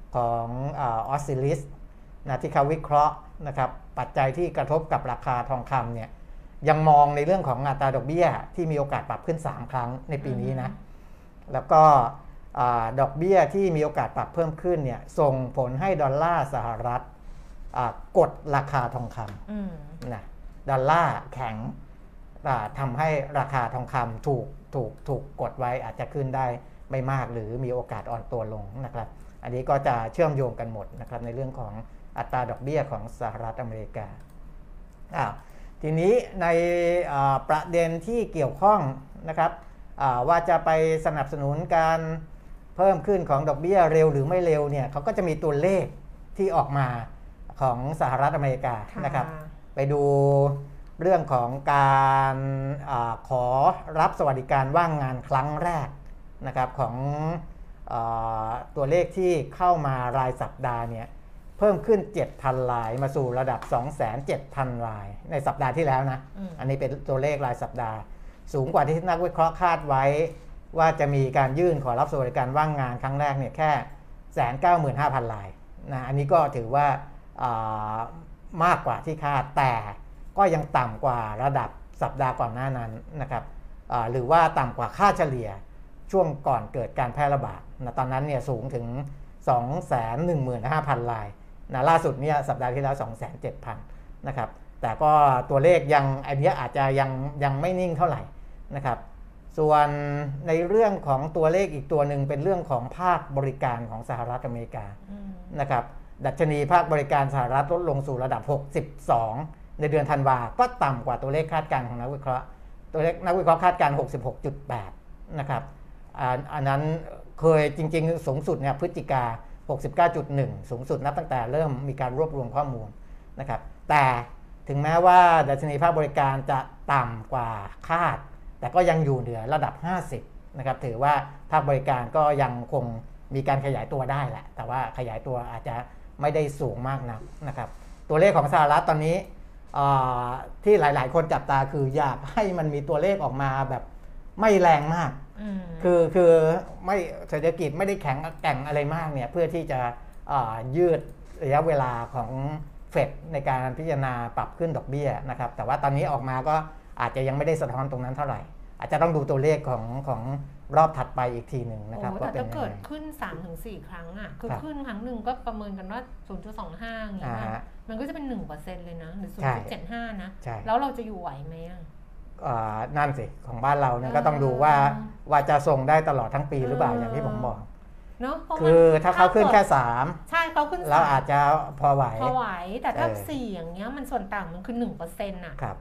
ของออสซิลิสนะที่เขาวิเคราะห์นะครับปัจจัยที่กระทบกับราคาทองคำเนี่ยยังมองในเรื่องของอัตราดอกเบี้ยที่มีโอกาสปรับขึ้น3ครั้งในปีนี้นะแล้วก็ดอกเบี้ยที่มีโอกาสปรับเพิ่มขึ้นเนี่ยส่งผลให้ดอลลาร์สหรัฐกดราคาทองคำนะดอลลาร์แข็งทำให้ราคาทองคำถูกกดไว้อาจจะขึ้นได้ไม่มากหรือมีโอกาสอ่อนตัวลงนะครับอันนี้ก็จะเชื่อมโยงกันหมดนะครับในเรื่องของอัตราดอกเบี้ยของสหรัฐอเมริกาทีนี้ในประเด็นที่เกี่ยวข้องนะครับว่าจะไปสนับสนุนการเพิ่มขึ้นของดอกเบี้ยเร็วหรือไม่เร็วเนี่ยเขาก็จะมีตัวเลขที่ออกมาของสหรัฐอเมริกานะครับไปดูเรื่องของการขอรับสวัสดิการว่างงานครั้งแรกนะครับของตัวเลขที่เข้ามารายสัปดาห์เนี่ยเพิ่มขึ้น 7,000 รายมาสู่ระดับ 207,000 รายในสัปดาห์ที่แล้วนะอันนี้เป็นตัวเลขรายสัปดาห์สูงกว่าที่นักวิเคราะห์คาดไว้ว่าจะมีการยื่นขอรับสวัสดิการว่างงานครั้งแรกเนี่ยแค่ 195,000 รายนะอันนี้ก็ถือว่ามากกว่าที่คาดแต่ก็ยังต่ำกว่าระดับสัปดาห์ก่อนหน้านั้นนะครับหรือว่าต่ำกว่าค่าเฉลี่ยช่วงก่อนเกิดการแพร่ระบาดนะตอนนั้นเนี่ยสูงถึง 215,000 รายนะล่าสุดเนี่ยสัปดาห์ที่แล้ว 207,000 นะครับแต่ก็ตัวเลขยังอันนี้อาจจะยังไม่นิ่งเท่าไหร่นะครับส่วนในเรื่องของตัวเลขอีกตัวหนึ่งเป็นเรื่องของภาคบริการของสหรัฐอเมริกานะครับดัชนีภาคบริการสหรัฐลดลงสู่ระดับ62ในเดือนธันวาก็ต่ำกว่าตัวเลขคาดการณ์ของนักวิเคราะห์ตัวเลขนักวิเคราะห์คาดการณ์ 66.8 นะครับอันนั้นเคยจริงๆสูงสุดเนี่ยพฤศจิกา 69.1 สูงสุดนับตั้งแต่เริ่มมีการรวบรวมข้อมูลนะครับแต่ถึงแม้ว่าดัชนีภาคบริการจะต่ำกว่าคาดแต่ก็ยังอยู่เหนือระดับ50นะครับถือว่าภาคบริการก็ยังคงมีการขยายตัวได้แหละแต่ว่าขยายตัวอาจจะไม่ได้สูงมากนักนะครับตัวเลขของสหรัฐตอนนี้ที่หลายๆคนจับตาคืออยากให้มันมีตัวเลขออกมาแบบไม่แรงมากคือไม่เศรษฐกิจไม่ได้แข็งแกร่งอะไรมากเนี่ยเพื่อที่จะยืดระยะเวลาของเฟดในการพิจารณาปรับขึ้นดอกเบี้ยนะครับแต่ว่าตอนนี้ออกมาก็อาจจะยังไม่ได้สะท้อนตรงนั้นเท่าไหร่อาจจะต้องดูตัวเลขของรอบถัดไปอีกทีหนึ่งนะครับแต่ถ้าเกิดขึ้น 3-4 ครั้งอ่ะคือขึ้นครั้งหนึ่งก็ประเมินกันว่า 0.25 อย่างเงี้ยมันก็จะเป็น 1% เลยนะหรือ 0.75 นะแล้วเราจะอยู่ไหวไหมนั่นสิของบ้านเราเนี่ยก็ต้องดูว่าจะส่งได้ตลอดทั้งปีหรือเปล่าอย่างที่ผมบอกเนาะคือถ้าเขาขึ้นแค่3 ใช่เขาขึ้นแล้วอาจจะพอไหวแต่ถ้า4อย่างเงี้ยมันส่วนต่างมันคือ 1% น่ะครับ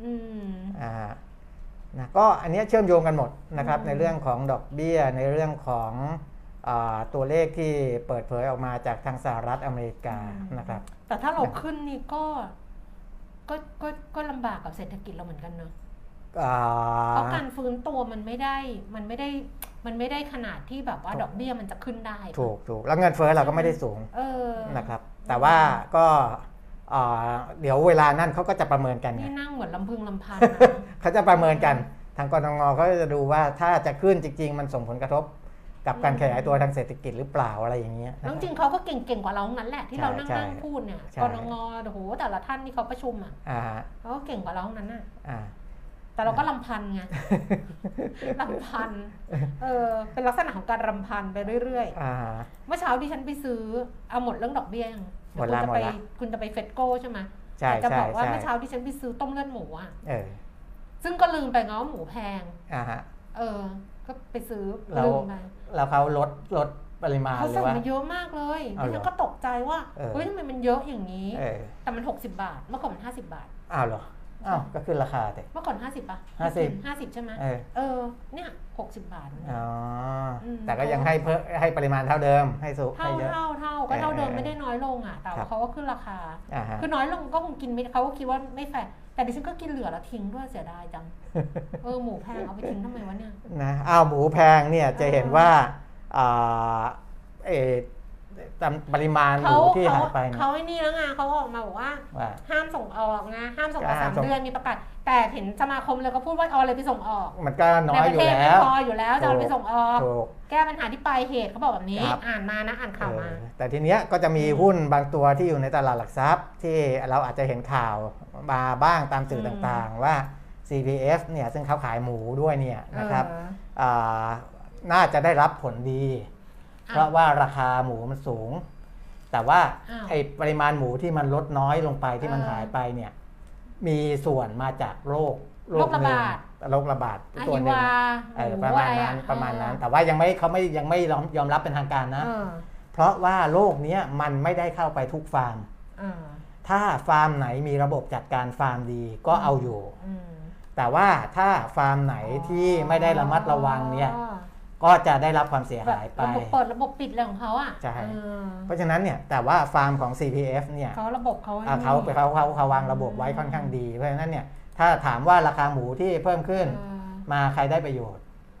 นะก็อันนี้เชื่อมโยงกันหมดนะครับในเรื่องของดอกเบี้ยในเรื่องของตัวเลขที่เปิดเผยออกมาจากทางสหรัฐอเมริกานะครับแต่ถ้าเราขึ้นนี่ก็ลำบากกับเศรษฐกิจเราเหมือนกันเนาะเพราะการฟื้นตัวมันไม่ได้ขนาดที่แบบว่าดอกเบี้ยมันจะขึ้นได้ถูกแล้วเงินเฟ้อเราก็ไม่ได้สูงนะครับแต่ว่าก็เดี๋ยวเวลานั่นเขาก็จะประเมินกันนี่นั่งเหมือนลำพึงลำพันเขาจะประเมินกันทางกนง.เขาจะดูว่าถ้าจะขึ้นจริงๆมันส่งผลกระทบกับการขยายตัวทางเศรษฐกิจหรือเปล่าอะไรอย่างเงี้ยจริงๆเขาก็เก่งกว่าเรานั้นแหละที่เรานั่งพูดเนี่ยกนง.โอ้โหแต่ละท่านที่เขาประชุมเขาก็เก่งกว่าเรานั้นน่ะแต่เราก็รำพันไงรำพันเป็นลักษณะของการรำพันไปเรื่อยๆเมื่อเช้าที่ฉันไปซื้อเอาหมดเรื่องดอกเบี้ยคุณจะไปเฟดโก้ใช่ไหมจะบอกว่าเมื่อเช้าที่ฉันไปซื้อต้มเลือดหมูซึ่งก็ลืมไปว่าหมูแพงก็ไปซื้อลืมไปแล้วเขาลดปริมาณเขาสั่งมาเยอะมากเลยดิฉันก็ตกใจว่าเฮ้ยทำไมมันเยอะอย่างนี้แต่มัน60 บาทเมื่อก่อนมัน50 บาทอ้าวเหรอก็ขึ้นราคาแต่เมื่อก่อน50 ป่ะ50ใช่ไหมเนี่ย60 บาทแต่ก็ยังให้ปริมาณเท่าเดิมให้สูงเท่าก็เท่าเดิมไม่ได้น้อยลงแต่เขาก็ขึ้นราคาคือน้อยลงก็คงกินไม่เขาก็คิดว่าไม่แฟร์แต่ดิฉันก็กินเหลือแล้วทิ้งด้วยเสียดายจังหมูแพงเอาไปทิ้งทำไมวะเนี่ยนะหมูแพงเนี่ยจะเห็นว่าปริมาณหมูที่หายไปเขาไอ้นี่แล้วไงเขาออกมาบอกว่าห้ามส่งออกนะห้ามส่งออก3 เดือนมีประกาศแต่เห็นสมาคมเลยก็พูดว่าเอาอะไรไปส่งออกมันก็น้อยอยู่แล้วพออยู่แล้วจะเอาไปส่งออกแก้ปัญหาที่ปลายเหตุเขาบอกแบบนี้อ่านมานะอ่านข่าวมาแต่ทีเนี้ยก็จะมีหุ้นบางตัวที่อยู่ในตลาดหลักทรัพย์ที่เราอาจจะเห็นข่าวมาบ้างตามสื่อต่างๆว่า CPF เนี่ยซึ่งเขาขายหมูด้วยเนี่ยนะครับน่าจะได้รับผลดีเพราะว่าราคาหมูมันสูงแต่ว่าไอ้ปริมาณหมูที่มันลดน้อยลงไปที่มันหายไปเนี่ยมีส่วนมาจากโรคระบาดตัวนึงประมาณนั้นแต่ว่ายังไม่ยอมรับเป็นทางการนะเพราะว่าโรคนี้มันไม่ได้เข้าไปทุกฟาร์มถ้าฟาร์มไหนมีระบบจัดการฟาร์มดีก็เอาอยู่แต่ว่าถ้าฟาร์มไหนที่ไม่ได้ระมัดระวังเนี่ยก็จะได้รับความเสียหายไประบบเปิดระบบปิดอะไรของเขาอ่ะใช่เพราะฉะนั้นเนี่ยแต่ว่าฟาร์มของ CPF เนี่ยเขาระบบเขาวางระบบไว้ค่อนข้างดีเพราะฉะนั้นเนี่ยถ้าถามว่าราคาหมูที่เพิ่มขึ้นมาใครได้ประโยชน์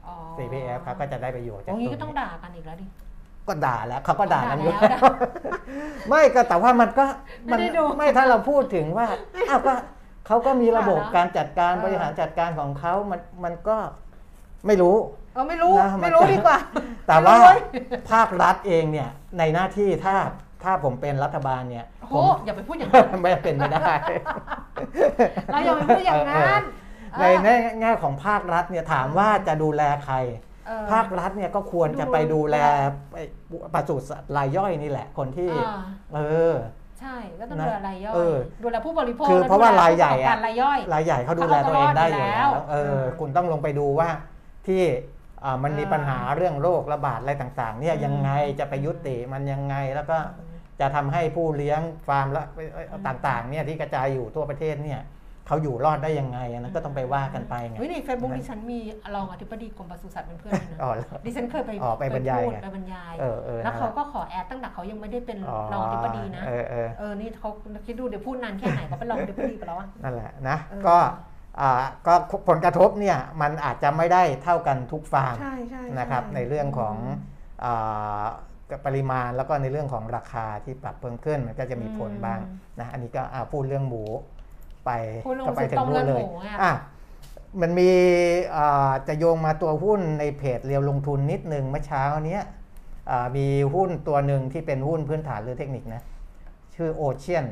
CPF เขาก็จะได้ประโยชน์จากตรงนี้ก็ต้องด่ากันอีกแล้วดิก็ด่าแล้วเขาก็ด่ากันอยู่ไม่ก็แต่ว่ามันก็ไม่ถ้าเราพูดถึงว่าก็เขาก็มีระบบการจัดการบริหารจัดการของเขามันก็ไม่รู้ไม่รู้ดีกว่าแต่ว่าภาครัฐเองเนี่ยในหน้าที่ถ้าผมเป็นรัฐบาลเนี่ยอย่าไปพูดอย่างนั้นไม่เป็นไม่ได้เราอย่าไปพูดอย่างนั้นในแง่ของภาครัฐเนี่ยถามว่าจะดูแลใครภาครัฐเนี่ยก็ควรจะไปดูแลปศุสัตว์รายย่อยนี่แหละคนที่ใช่ก็ต้องดูแลรายย่อยดูแลผู้บริโภคคือเพราะว่ารายใหญ่รายใหญ่เขาดูแลตัวเองได้อยู่แล้วคุณต้องลงไปดูว่าที่มันมีปัญหาเรื่องโรคระบาดอะไรต่างๆเนี่ยยังไงจะไปยุติมันยังไงแล้วก็จะทำให้ผู้เลี้ยงฟาร์มและต่างๆเนี่ยที่กระจายอยู่ทั่วประเทศเนี่ยเขาอยู่รอดได้ยังไงนั้นก็ต้องไปว่ากันไปไงในเฟซบุ๊กดิฉันมีรองอธิบดีกรมปศุสัตว์เป็นเพื่อนนะดิฉันเคยไปบรรยายแล้วเขาก็ขอแอดตั้งแต่เขายังไม่ได้เป็นรองอธิบดีนะนี่เขาคิดดูเดี๋ยวพูดนานแค่ไหนเขาเป็นรองอธิบดีไปแล้วนั่นแหละนะก็ผลกระทบเนี่ยมันอาจจะไม่ได้เท่ากันทุกฟาร์มนะครับในเรื่องของปริมาณแล้วก็ในเรื่องของราคาที่ปรับเพิ่มขึ้นมันก็จะมีผลบ้างนะอันนี้ก็พูดเรื่องหมูก็ไปถึงนู่นเลยมันมีจะโยงมาตัวหุ้นในเพจเรียวลงทุนนิดนึงเมื่อเช้านี้มีหุ้นตัวหนึ่งที่เป็นหุ้นพื้นฐานหรือเทคนิคนะชื่อโอเชียน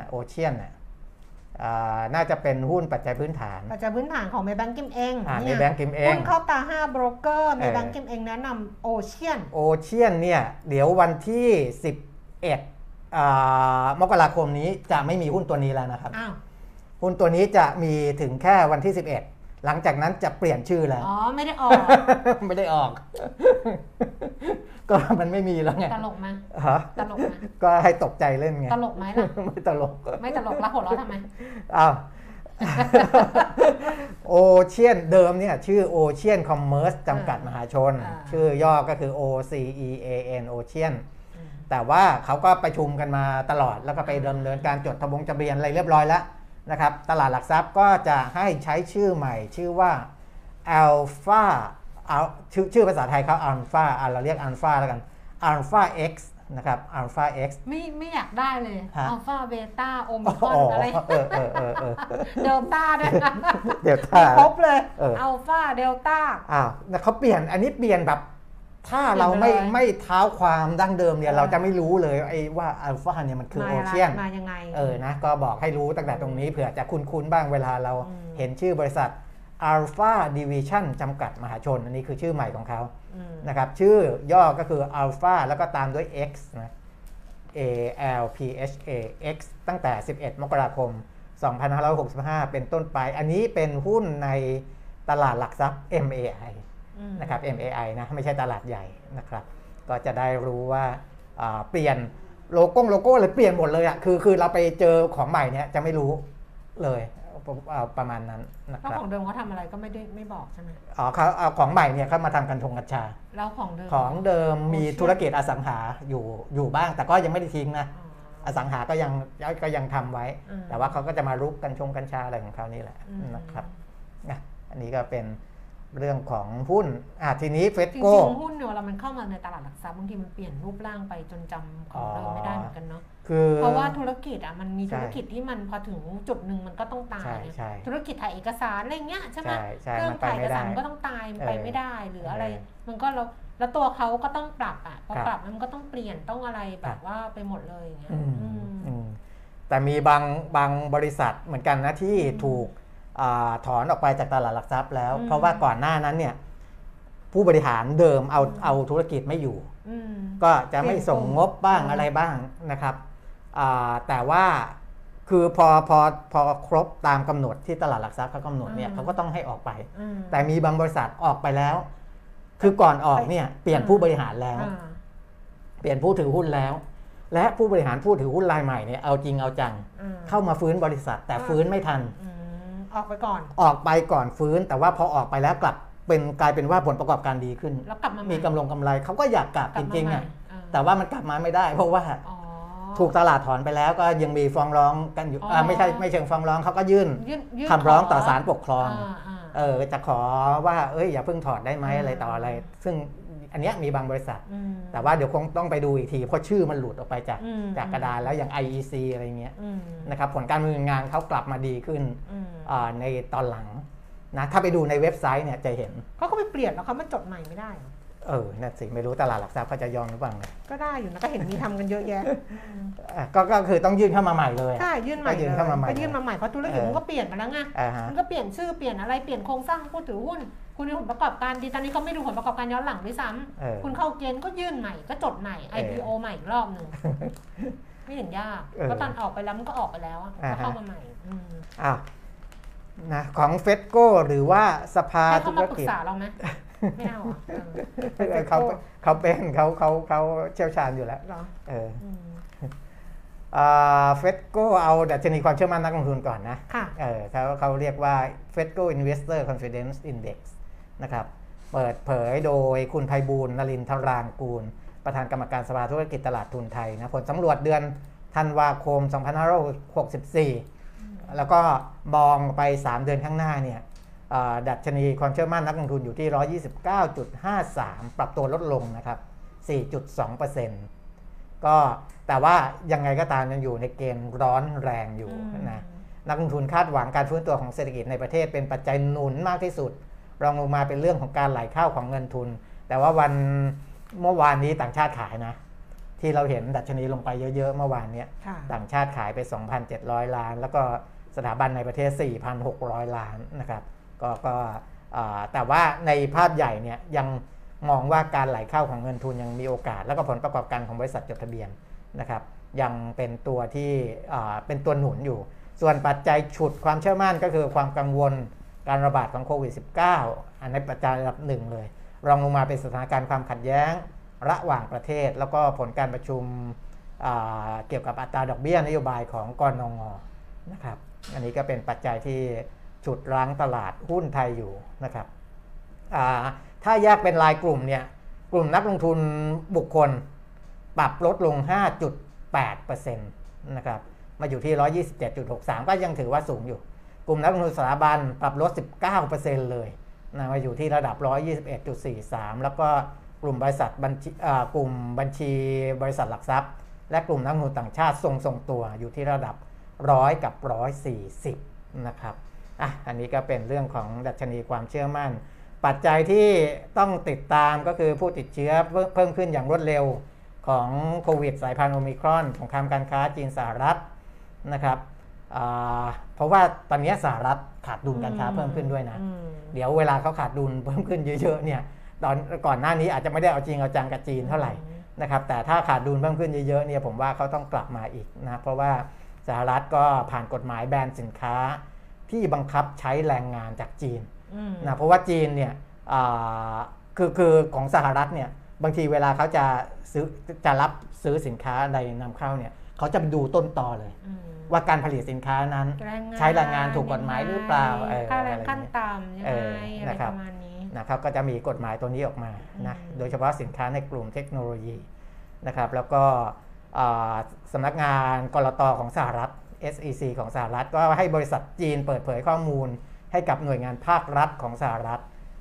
น่าจะเป็นหุ้นปัจจัยพื้นฐานของเมย์แบงก์กิมเองหุ้นเข้าตา5โบรกเกอร์เมย์แบงก์กิมเองแนะนำโอเชียนเนี่ยเดี๋ยววันที่11มกราคมนี้จะไม่มีหุ้นตัวนี้แล้วนะครับหุ้นตัวนี้จะมีถึงแค่วันที่11หลังจากนั้นจะเปลี่ยนชื่อแล้วไม่ได้ออกก็มันไม่มีแล้วไงตลกไหมก็ให้ตกใจเล่นไงตลกไหมล่ะไม่ตลกแล้วหัวเราะทำไมโอเชียนเดิมเนี่ยชื่อโอเชียนคอมเมอร์สจำกัดมหาชนชื่อย่อก็คือ OCEAN โอเชียนแต่ว่าเขาก็ประชุมกันมาตลอดแล้วก็ไปดำเนินการจดทะเบียนอะไรเรียบร้อยแล้วนะครับตลาดหลักทรัพย์ก็จะให้ใช้ชื่อใหม่ชื่อว่า Alpha ชื่อภาษาไทยเขา Alpha เราเรียก Alpha แล้วกัน Alpha X นะครับ Alpha X ไม่อยากได้เลย Alpha Beta Omicron อะไรเดลต้าด้วยนะเดลต้าครบเลย Alpha Delta เขาเปลี่ยนอันนี้เปลี่ยนแบบถ้าเราไม่เท้าความดั้งเดิมเนี่ยเราจะไม่รู้เลยไอ้ว่าอัลฟาเนี่ยมันคือโอเชียนมายังไงนะก็บอกให้รู้ตั้งแต่ตรงนี้เผื่อจะคุ้นๆบ้างเวลาเราเห็นชื่อบริษัท Alpha Division จำกัดมหาชนอันนี้คือชื่อใหม่ของเขานะครับชื่อย่อก็คือ Alpha แล้วก็ตามด้วย X นะ ALPHA X ตั้งแต่11มกราคม2565เป็นต้นไปอันนี้เป็นหุ้นในตลาดหลักทรัพย์ MAIนะครับ MAI นะไม่ใช่ตลาดใหญ่นะครับก็จะได้รู้ว่าเปลี่ยนโลโก้เลยเปลี่ยนหมดเลยคือเราไปเจอของใหม่เนี่ยจะไม่รู้เลยประมาณนั้นนะครับแล้วของเดิมเขาทำอะไรก็ไม่บอกใช่ไหมเขาเอาของใหม่เนี่ยเขามาทำกัญชาแล้วของเดิมมีธุรกิจอสังหาอยู่บ้างแต่ก็ยังไม่ได้ทิ้งนะอสังหาก็ยังทำไว้แต่ว่าเขาก็จะมารุกกัญชาอะไรของเขานี่แหละนะครับอันนี้ก็เป็นเรื่องของหุ้นทีนี้เฟสโกจริงๆหุ้นเนี่ยเวลามันเข้ามาในตลาดหลักทรัพย์บางทีมันเปลี่ยนรูปร่างไปจนจำของเดิมไม่ได้เหมือนกันเนาะเพราะว่าธุรกิจมันมีธุรกิจที่มันพอถึงจุดหนึ่งมันก็ต้องตายธุรกิจถ่ายเอกสารอะไรเงี้ยใช่ไหมเครื่องถ่ายเอกสารก็ต้องตายไปไม่ได้หรืออะไรมันก็แล้วตัวเขาก็ต้องปรับพอปรับมันก็ต้องเปลี่ยนต้องอะไรแบบว่าไปหมดเลยอย่างเงี้ยแต่มีบางบริษัทเหมือนกันนะที่ถูกถอนออกไปจากตลาดหลักทรัพย์แล้วเพราะว่าก่อนหน้านั้นเนี่ยผู้บริหารเดิมเอาธุรกิจไม่อยู่ก็จะไม่ส่งงบบ้างอะไรบ้างนะครับแต่ว่าคือพอครบตามกำหนดที่ตลาดหลักทรัพย์เขากำหนดเนี่ยเขาก็ต้องให้ออกไปแต่มีบางบริษัทออกไปแล้วคือก่อนออกเนี่ยเปลี่ยนผู้บริหารแล้วเปลี่ยนผู้ถือหุ้นแล้วและผู้บริหารผู้ถือหุ้นรายใหม่เนี่ยเอาจริงเอาจังเข้ามาฟื้นบริษัทแต่ฟื้นไม่ทันออกไปก่อนฟื้นแต่ว่าพอออกไปแล้วกลายเป็นว่าผลประกอบการดีขึ้นมีกำไรเขาก็อยากกลับจริงๆแต่ว่ามันกลับมาไม่ได้เพราะว่าถูกตลาดถอนไปแล้วก็ยังมีฟ้องร้องกันอยู่ไม่เชิงฟ้องร้องเขาก็ยื่นคำร้องต่อศาลปกครองจะขอว่าอย่าเพิ่งถอดได้ไหมอะไรต่ออะไรซึ่งอันนี้มีบางบริษัทแต่ว่าเดี๋ยวคงต้องไปดูอีกทีเพราะชื่อมันหลุดออกไปจากกระดานแล้วอย่าง IEC อะไรเงี้ยนะครับผลการดำเนินงานเขากลับมาดีขึ้นในตอนหลังนะถ้าไปดูในเว็บไซต์เนี่ยจะเห็นเขาก็ไปเปลี่ยนแล้วเขามาจดใหม่ไม่ได้นั่นสิไม่รู้ตลาดหลักทรัพย์เขาจะยอมหรือเปล่าก็ได้อยู่นะก็เห็นมีทำกันเยอะแยะก็คือต้องยื่นเข้ามาใหม่เลยใช่ยื่นใหม่เลยก็ยื่นมาใหม่เพราะธุรกิจมันก็เปลี่ยนมาแล้วไงมันก็เปลี่ยนชื่อเปลี่ยนอะไรเปลี่ยนโครงสร้างผู้ถือหุ้นคุณมีผลประกอบการดีตอนนี้เขาไม่ดูผลประกอบการย้อนหลังด้วยซ้ำคุณเข้าเกณฑ์ก็ยื่นใหม่ก็จดใหม่ IPO ใหม่อีกรอบนึงไม่เห็นยากก็ตอนออกไปแล้วมันก็ออกไปแล้วก็เข้ามาใหม่นะของเฟสโกหรือว่าสภาธุรกิจเขามาปรึกษาเราไหมไม่เอาเขาเป็นเขาเชี่ยวชาญอยู่แล้วเฟสโกเอาดัชนีความเชื่อมั่นนักลงทุนก่อนนะเขาเรียกว่า Fesco Investor Confidence Index นะครับเปิดเผยโดยคุณไพบูลย์ นรินทรางกูลประธานกรรมการสภาธุรกิจตลาดทุนไทยนะผลสำรวจเดือนธันวาคม 2564แล้วก็มองไป3เดือนข้างหน้าเนี่ยดัชนีความเชื่อมั่นนักลงทุนอยู่ที่ 129.53 ปรับตัวลดลงนะครับ 4.2% ก็แต่ว่ายังไงก็ตามยังอยู่ในเกณฑ์ร้อนแรงอยู่นะนักลงทุนคาดหวังการฟื้นตัวของเศรษฐกิจในประเทศเป็นปัจจัยหนุนมากที่สุดรองลงมาเป็นเรื่องของการไหลเข้าของเงินทุนแต่ว่าเมื่อวานนี้ต่างชาติขายนะที่เราเห็นดัชนีลงไปเยอะๆเมื่อวานนี้ต่างชาติขายไป 2,700 ล้านแล้วก็สถาบันในประเทศ 4,600 ล้านนะครับก็แต่ว่าในภาพใหญ่เนี่ยยังมองว่าการไหลเข้าของเงินทุนยังมีโอกาสแล้วก็ผลประกอบการของบริษัทจดทะเบียนนะครับยังเป็นตัวที่เป็นตัวหนุนอยู่ส่วนปัจจัยฉุดความเชื่อมั่นก็คือความกังวลการระบาดของโควิด -19 อันนี้ปัจจัยระดับหนึ่งเลยรองลงมาเป็นสถานการณ์ความขัดแย้งระหว่างประเทศแล้วก็ผลการประชุมเกี่ยวกับอัตราดอกเบี้ยนโยบายของกนง.นะครับอันนี้ก็เป็นปัจจัยที่ฉุดรั้งตลาดหุ้นไทยอยู่นะครับถ้าแยกเป็นรายกลุ่มเนี่ยกลุ่มนักลงทุนบุคคลปรับลดลง 5.8% นะครับมาอยู่ที่ 127.63 ก็ยังถือว่าสูงอยู่กลุ่มนักลงทุนสถาบันปรับลด 19% เลยนะมาอยู่ที่ระดับ 121.43 แล้วก็กลุ่มบริษัทกลุ่มบัญชีบริษัทหลักทรัพย์และกลุ่มนักลงทุนต่างชาติทรงตัวอยู่ที่ระดับ100 กับ 140 นะครับอันนี้ก็เป็นเรื่องของดัชนีความเชื่อมั่นปัจจัยที่ต้องติดตามก็คือผู้ติดเชื้อเพิ่มขึ้นอย่างรวดเร็วของโควิดสายพันธุ์โอมิครอนสงครามการค้าจีนสหรัฐนะครับเพราะว่าตอนนี้สหรัฐขาดดุลการค้าเพิ่มขึ้นด้วยนะเดี๋ยวเวลาเขาขาดดุลเพิ่มขึ้นเยอะๆเนี่ยก่อนหน้านี้อาจจะไม่ได้เอาจริงเอาจังกับจีนเท่าไหร่นะครับแต่ถ้าขาดดุลเพิ่มขึ้นเยอะๆเนี่ยผมว่าเขาต้องกลับมาอีกนะเพราะว่าสหรัฐก็ผ่านกฎหมายแบนสินค้าที่บังคับใช้แรงงานจากจีนนะเพราะว่าจีนเนี่ยคือของสหรัฐเนี่ยบางทีเวลาเขาจะรับซื้อสินค้าใดนำเข้าเนี่ยเขาจะดูต้นตอเลยว่าการผลิตสินค้านั้นใช้แรงงานถูกกฎหมายหรือเปล่าค่าแรงขั้นต่ำยังไงอะไรประมาณนี้นะครับก็จะมีกฎหมายตัวนี้ออกมานะโดยเฉพาะสินค้าในกลุ่มเทคโนโลยีนะครับแล้วก็สำนักงานกลต.ของสหรัฐ SEC ของสหรัฐก็ให้บริษัทจีนเปิดเผยข้อมูลให้กับหน่วยงานภาครัฐของสหรัฐ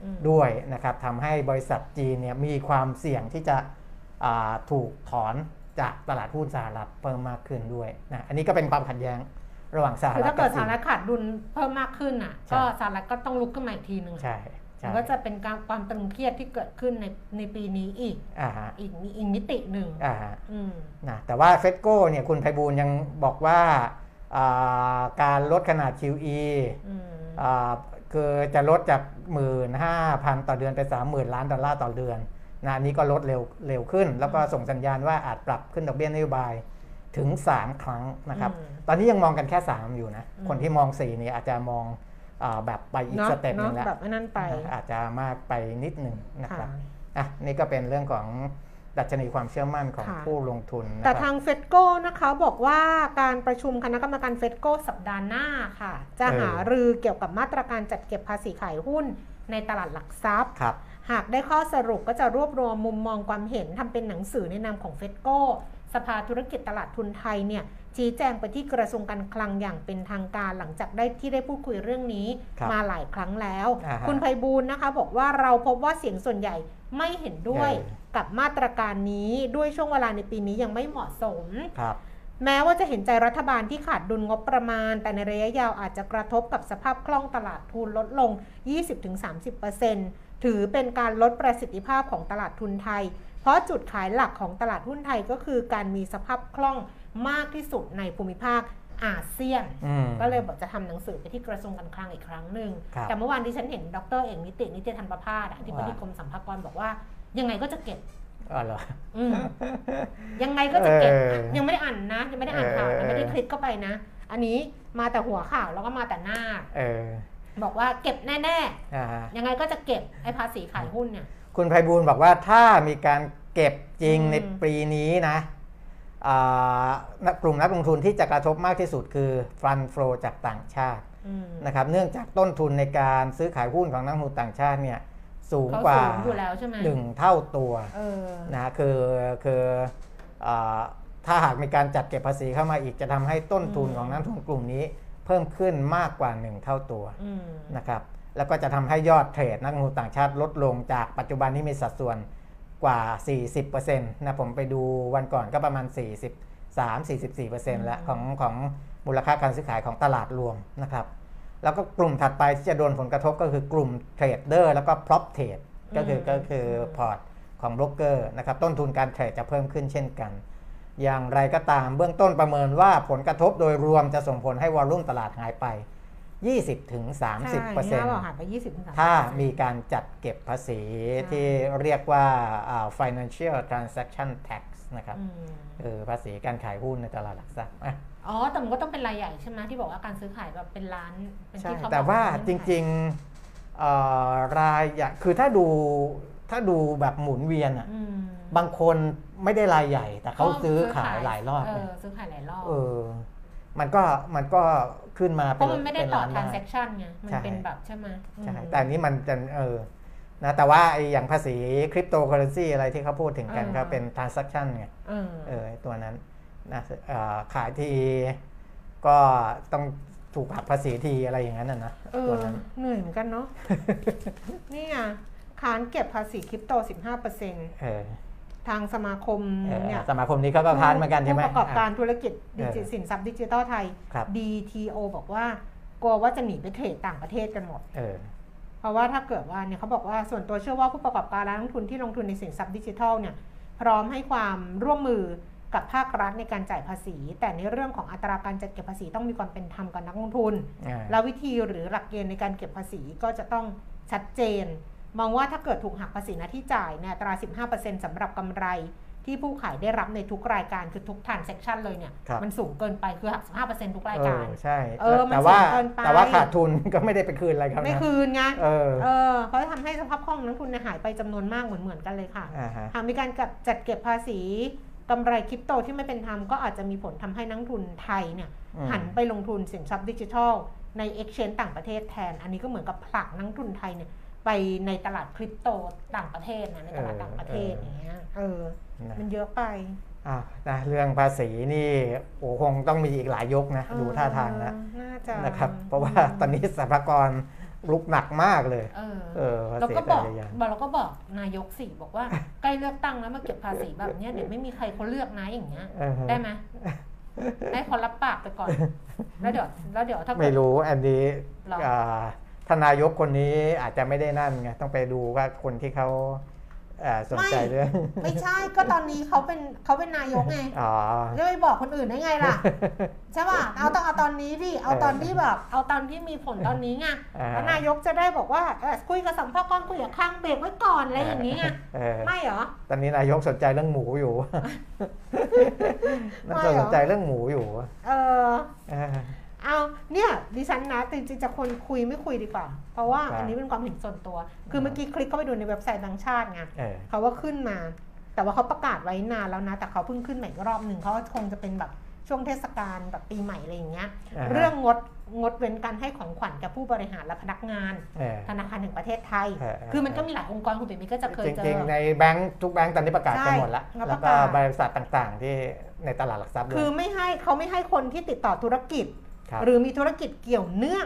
ด้วยนะครับทำให้บริษัทจีนเนี่ยมีความเสี่ยงที่จะถูกถอนจากตลาดหุ้นสหรัฐเพิ่มมากขึ้นด้วยนะอันนี้ก็เป็นความขัดแย้งระหว่างสหรัฐคือถ้าเกิดสหรัฐขาดดุลเพิ่มมากขึ้นอ่ะก็สหรัฐก็ต้องลุกขึ้นมาอีกทีนึงใช่มันก็จะเป็นความตึงเครียดที่เกิดขึ้นในปีนี้อีกมิติหนึ่งนะแต่ว่าเฟดโก้เนี่ยคุณไพบูลย์ยังบอกว่าการลดขนาด QE คือจะลดจาก 15,000 ต่อเดือนไป 30,000 ล้านดอลลาร์ต่อเดือนนะนี้ก็ลดเร็วขึ้นแล้วก็ส่งสัญญาณว่าอาจปรับขึ้นดอกเบี้ยนโยบายถึง3ครั้งนะครับตอนนี้ยังมองกันแค่3อยู่นะคนที่มอง4นี่อาจจะมองแบบไปอีกสเต็ปนึงแล้วแบบนั้นไปอาจจะมากไปนิดนึงนะครับนี่ก็เป็นเรื่องของดัชนีความเชื่อมั่นของผู้ลงทุนแต่ทางเฟดโก้นะคะบอกว่าการประชุมคณะกรรมการเฟดโก้สัปดาห์หน้าค่ะจะหารือเกี่ยวกับมาตรการจัดเก็บภาษีขายหุ้นในตลาดหลักทรัพย์หากได้ข้อสรุปก็จะรวบรวมมุมมองความเห็นทำเป็นหนังสือในนามของเฟดโก้สภาธุรกิจตลาดทุนไทยเนี่ยชี้แจงไปที่กระทรวงการคลังอย่างเป็นทางการหลังจากได้พูดคุยเรื่องนี้มาหลายครั้งแล้วคุณไพบูลย์นะคะบอกว่าเราพบว่าเสียงส่วนใหญ่ไม่เห็นด้วยกับมาตรการนี้ด้วยช่วงเวลาในปีนี้ยังไม่เหมาะสมแม้ว่าจะเห็นใจรัฐบาลที่ขาดดุลงบประมาณแต่ในระยะยาวอาจจะกระทบกับสภาพคล่องตลาดทุนลดลง 20-30% ถือเป็นการลดประสิทธิภาพของตลาดทุนไทยเพราะจุดขายหลักของตลาดหุ้นไทยก็คือการมีสภาพคล่องมากที่สุดในภูมิภาคอาเซียนก็เลยบอกจะทำหนังสือไปที่กระทรวงการคลังอีกครั้งหนึ่งแต่เมื่อวานที่ฉันเห็นดร.เอกนิติธันประภาสที่ปฏิกรมสัมภากรบอกว่ายังไงก็จะเก็บเหรอยังไงก็จะเก็บยังไม่ได้อ่านนะยังไม่ได้อ่านข่าวยังไม่ได้คลิกเข้าไปนะอันนี้มาแต่หัวข่าวแล้วก็มาแต่หน้าบอกว่าเก็บแน่ๆยังไงก็จะเก็บไอ้ภาษีขายหุ้นเนี่ยคุณไพบูลย์บอกว่าถ้ามีการเก็บจริงในปีนี้นะกลุ่มนักลงทุนที่จะกระทบมากที่สุดคือฟันโฟลจากต่างชาตินะครับเนื่องจากต้นทุนในการซื้อขายหุ้นของนักลงทุนต่างชาติเนี่ยสูงกว่า1 เท่าตัวนะคือถ้าหากมีการจัดเก็บภาษีเข้ามาอีกจะทำให้ต้นทุนของนักลงทุนกลุ่มนี้เพิ่มขึ้นมากกว่า1 เท่าตัวนะครับแล้วก็จะทำให้ยอดเทรดนักลงทุนต่างชาติลดลงจากปัจจุบันที่มีสัดส่วนกว่า 40% นะผมไปดูวันก่อนก็ประมาณ 43-44% แล้วของมูลค่าการซื้อขายของตลาดรวมนะครับแล้วก็กลุ่มถัดไปที่จะโดนผลกระทบก็คือกลุ่มเทรดเดอร์แล้วก็พร็อพเทรดก็คือพอร์ตของโบรกเกอร์นะครับต้นทุนการเทรดจะเพิ่มขึ้นเช่นกันอย่างไรก็ตามเบื้องต้นประเมินว่าผลกระทบโดยรวมจะส่งผลให้วอลลุ่มตลาดหายไป 20-30% ถ้ามีการจัดเก็บภาษีที่เรียกว่าfinancial transaction tax นะครับภาษีการขายหุ้นในตลาดหลักทรัพย์แต่มันก็ต้องเป็นรายใหญ่ใช่ไหมที่บอกว่าการซื้อขายแบบเป็นล้านเป็นที่เขาแต่ว่าจริงๆรายใหญ่คือถ้าดูแบบหมุนเวียนอ่ะบางคนไม่ได้รายใหญ่แต่เขาซื้อขายหลายรอบซื้อขายหลายรอบมันก็ขึ้นมาเพราะมันไม่ได้ต่อ transaction ไงมันเป็นแบบใช่ไหมใช่แต่อันนี้มันจะนะแต่ว่าไอ้อย่างภาษีคริปโตเคอเรนซีอะไรที่เขาพูดถึงกันก็เป็น transaction ไงตัวนั้นนะขายทีก็ต้องถูกหักภาษีทีอะไรอย่างนั้นนะตัวนั้นเหนื่อยเหมือนกันเนาะนี่ไงค้านเก็บภาษีคริปโต 15%ทางสมาคมเนี่ยสมาคมนี้เขาก็ค้านเหมือนกันใช่ไหมผู้ประกอบการธุรกิจสินทรัพย์ดิจิทัลไทย DTO บอกว่ากลัวว่าจะหนีไปเทรดต่างประเทศกันหมดเพราะว่าถ้าเกิดว่าเนี่ยเขาบอกว่าส่วนตัวเชื่อว่าผู้ประกอบการและนักลงทุนที่ลงทุนในสินทรัพย์ดิจิทัลเนี่ยพร้อมให้ความร่วมมือกับภาครัฐในการจ่ายภาษีแต่ในเรื่องของอัตราการจัดเก็บภาษีต้องมีความเป็นธรรมกับนักลงทุนและวิธีหรือหลักเกณฑ์ในการเก็บภาษีก็จะต้องชัดเจนมองว่าถ้าเกิดถูกหักภาษีหน้าที่จ่ายในอัตรา 15% สำหรับกำไรที่ผู้ขายได้รับในทุกรายการคือทุก transaction เลยเนี่ยมันสูงเกินไปคือหัก 15% ทุกรายการใช่แต่ว่าขาดทุนก็ไม่ได้ไปคืนอะไรครับไม่คืนไงเขาจะทำให้สภาพคล่องนักทุนหายไปจำนวนมากเหมือนกันเลยค่ะหากมีการจัดเก็บภาษีกำไรคริปโตที่ไม่เป็นธรรมก็อาจจะมีผลทำให้นักทุนไทยเนี่ยหันไปลงทุนสินทรัพย์ดิจิทัลใน exchange ต่างประเทศแทนอันนี้ก็เหมือนกับผลักนักทุนไทยเนี่ยไปในตลาดคริปโตต่างประเทศนะในตลาดต่างประเทศอย่างเงี้ยมันเยอะไปนะเรื่องภาษีนี่คงต้องมีอีกหลายยกนะดูท่าทางนะครับเพราะว่าตอนนี้สรรพากรลุกหนักมากเลยเราก็บอกนายกสิบอกว่าใกล้เลือกตั้งแล้วมาเก็บภาษีแบบนี้เดี๋ยวไม่มีใครเขาเลือกนะอย่างเงี้ยได้ไหมให้คนรับปากไปก่อนแล้วเดี๋ยวถ้าไม่รู้อันนี้ทนายกคนนี้อาจจะไม่ได้นั่นไงต้องไปดูว่าคนที่เขาสนใจเรื่องไม่ใช่ก็ตอนนี้เขาเป็นนายกไงจะไปบอกคนอื่นได้ไงล่ะใช่ป่ะเอาตอนนี้ดิเอาตอนที่แบบเอาตอนที่มีผลตอนนี้ไงแล้วนายกจะได้บอกว่าคุยกับสัมภาระคุยกับข้างเบรกไว้ก่อนอะไรอย่างนี้ไงไม่เหรอตอนนี้นายกสนใจเรื่องหมูอยู่น่าจะสนใจเรื่องหมูอยู่เอาเนี่ยดิฉันนะจริงๆจะคนคุยไม่คุยดีกว่าเพราะว่าอันนี้เป็นความเห็นส่วนตัวคือเมื่อกี้คลิกเข้าไปดูในเว็บไซต์ต่างชาติไงเขาว่าขึ้นมาแต่ว่าเขาประกาศไว้นานแล้วนะแต่เขาเพิ่งขึ้นใหม่รอบหนึ่งเขาคงจะเป็นแบบช่วงเทศกาลแบบปีใหม่อะไรอย่างเงี้ยเรื่องงดเว้นการให้ของขวัญแก่ผู้บริหารและพนักงานธนาคารแห่งประเทศไทยคือมันก็มีหลายองค์กรคุณปิ๊กก็จะเคยเจอจริงๆในแบงค์ทุกแบงค์ตอนนี้ประกาศกันหมดแล้วแล้วก็บริษัทต่างๆที่ในตลาดหลักทรัพย์คือไม่ให้คนที่ติดต่อธุรกิจหรือมีธุรกิจเกี่ยวเนื่อง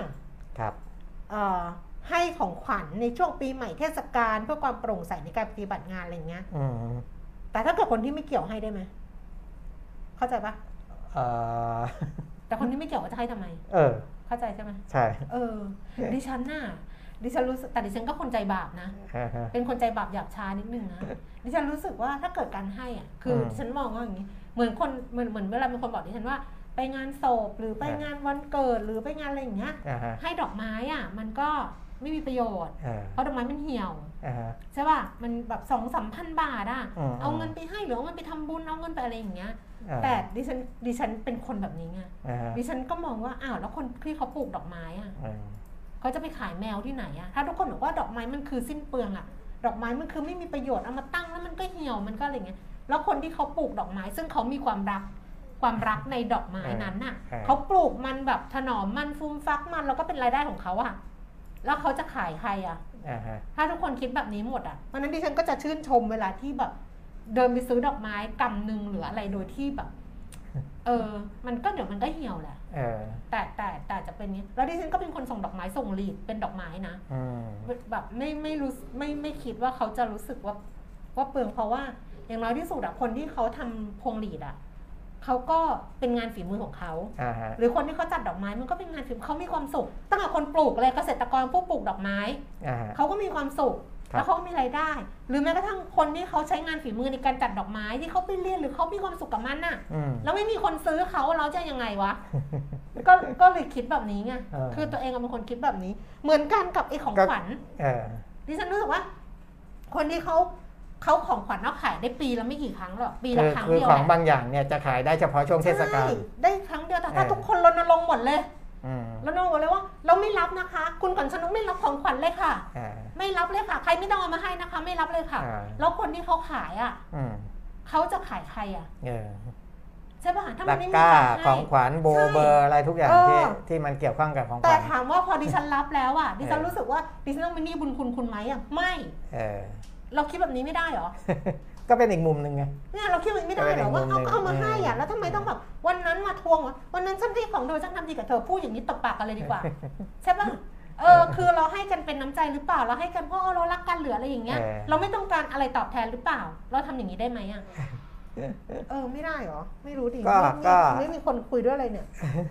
ให้ของขวัญในช่วงปีใหม่เทศกาลเพื่อความโปร่งใสในการปฏิบัติงานอะไรเงี้ยแต่ถ้าเกิดคนที่ไม่เกี่ยวให้ได้ไหมเข้าใจปะแต่คนที่ไม่เกี่ยวจะให้ทำไมเข้าใจใช่ไหมใช่ดิฉันรู้สึกแต่ดิฉันก็คนใจบาปนะเป็นคนใจบาปหยาบช้านิดนึงนะดิฉันรู้สึกว่าถ้าเกิดการให้อ่ะคือดิฉันมองว่าอย่างนี้เหมือนเวลามีคนบอกดิฉันว่าไปงานศพหรือไปงานวันเกิดหรือไปงานอะไรอย่างเงี้ยให้ดอกไม้อ่ะมันก็ไม่มีประโยชน์เพราะดอกไม้มันเหี่ยวใช่ป่ะมันแบบ2-3,000 บาทอ่ะเอาเงินไปให้หรือเอาเงินไปทำบุญเอาเงินไปอะไรอย่างเงี้ยแต่ดิฉันเป็นคนแบบนี้ไงดิฉันก็มองว่าอ้าวแล้วคนที่เขาปลูกดอกไม้อ่ะเขาจะไปขายแมวที่ไหนอ่ะถ้าทุกคนบอกว่าดอกไม้มันคือสิ้นเปลืองอ่ะดอกไม้มันคือไม่มีประโยชน์เอามาตั้งแล้วมันก็เหี่ยวมันก็อะไรเงี้ยแล้วคนที่เขาปลูกดอกไม้ซึ่งเขามีความรักในดอกไม้นั้นน่ะเขาปลูกมันแบบถนอมมันฟูมฟักมันแล้วก็เป็นรายได้ของเขาอะแล้วเขาจะขายใครอะถ้าทุกคนคิดแบบนี้หมดอะเพราะนั้นดิฉันก็จะชื่นชมเวลาที่แบบเดินไปซื้อดอกไม้กำหนึ่งหรืออะไรโดยที่แบบมันก็เดี๋ยวมันก็เหี่ยวแหละแต่จะเป็นนี้แล้วดิฉันก็เป็นคนส่งดอกไม้ส่งลีดเป็นดอกไม้นะแบบไม่คิดว่าเขาจะรู้สึกว่าเปลืองเพราะว่าอย่างน้อยที่สุดอะคนที่เขาทำพวงลีดอะเขาก็เป็นงานฝีมือของเขาหรือคนที่เขาจัดดอกไม้มันก็เป็นงานฝีมือเขามีความสุขตั้งแต่คนปลูกเลยเกษตรกรผู้ปลูกดอกไม้เขาก็มีความสุขแล้วเขามีรายได้หรือแม้กระทั่งคนที่เขาใช้งานฝีมือในการจัดดอกไม้ที่เขาไปเรียนหรือเขามีความสุขกับมันน่ะแล้วไม่มีคนซื้อเขาเราจะยังไงวะก็เลยคิดแบบนี้ไงคือตัวเองเป็นคนคิดแบบนี้เหมือนกันกับไอ้ของขวัญดิฉันรู้สึกว่าคนที่เขาของขวัญเอาขายได้ปีละไม่กี่ครั้งหรอกปีละครั้งเดียวคือของบางอย่างเนี่ยจะขายได้เฉพาะช่วงเทศกาลได้ครั้งเดียวแต่ถ้าทุกคนรณรงค์หมดเลยรณรงค์หมดเลยว่าเราไม่รับนะคะคุณขวัญชนกไม่รับของขวัญเลยค่ะไม่รับเลยค่ะใครไม่ต้องเอามาให้นะคะไม่รับเลยค่ะแล้วคนที่เขาขายอ่ะเขาจะขายใครอ่ะใช่ป่ะถ้ามันไม่มีการให้ของขวัญโบเบอร์อะไรทุกอย่างที่มันเกี่ยวข้องกับของขวัญแต่ถามว่าพอดิฉันรับแล้วอ่ะดิฉันรู้สึกว่าดิฉันต้องมีหนี้บุญคุณไหมอ่ะไม่เราคิดแบบนี้ไม่ได้หรอก็เป็นอีกมุมนึงไงเนี่ยเราคิดแบบนี้ไม่ได้หรอว่าเอามาให้อ่ะแล้วทำไมต้องแบบวันนั้นมาทวงวันนั้นฉันให้ของเธอฉันทำดีกับเธอพูดอย่างนี้ตบปากกันเลยดีกว่าใช่ป่ะคือเราให้กันเป็นน้ำใจหรือเปล่าเราให้กันเพราะเรารักกันหรืออะไรอย่างเงี้ยเราไม่ต้องการอะไรตอบแทนหรือเปล่าเราทำอย่างนี้ได้ไหมอ่ะไม่ได้หรอไม่รู้ดิไม่มีคนคุยด้วยอะไรเนี่ย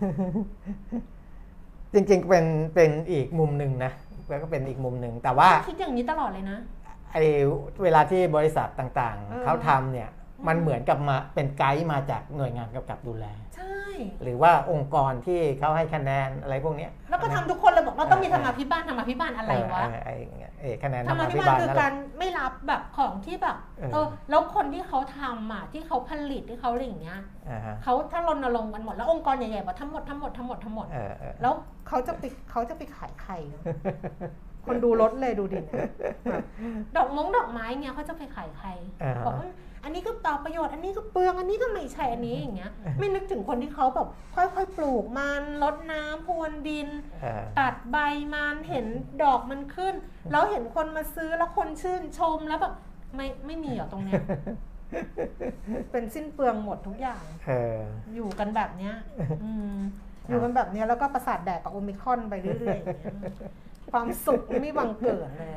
จริงๆเป็นอีกมุมนึงนะแล้วก็เป็นอีกมุมนึงแต่ว่าคิดอย่างนี้ตลอดเลยนะเวลาที่บริษัทต่างๆเขาทำเนี่ยมันเหมือนกับมาเป็นไกด์มาจากหน่วยงานกำกับดูแลใช่หรือว่าองค์กรที่เขาให้คะแนนอะไรพวกนี้แล้วก็ทำทุกคนเลยบอกเราต้องมีธรรมาภิบาลอะไรวะคะแนนธรรมาภิบาลคือการไม่รับแบบของที่แบบแล้วคนที่เขาทำอ่ะที่เขาผลิตที่เขาอะไรอย่างเงี้ยเขาถ้ารณรงค์กันหมดแล้วองค์กรใหญ่ๆบอกทั้งหมดแล้วเขาจะไปขายใครคนดูรถเลยดูดิดอกไม้เนี่ยเขาจะไปขายใครบอกว่าอันนี้ก็เปล่าประโยชน์อันนี้ก็เปลืองอันนี้ก็ไม่ใช่อันนี้อย่างเงี้ยไม่นึกถึงคนที่เขาแบบค่อยๆปลูกมันรดน้ำพรวนดินตัดใบมันเห็นดอกมันขึ้นแล้วเห็นคนมาซื้อแล้วคนชื่นชมแล้วแบบไม่มีหรอตรงเนี้ยเป็นสิ้นเปลืองหมดทุกอย่างอยู่กันแบบเนี้ยอยู่กันแบบเนี้ยแล้วก็ประสาทแดกกับโอมิครอนไปเรื่อยๆความสุขไม่บังเกิดเลย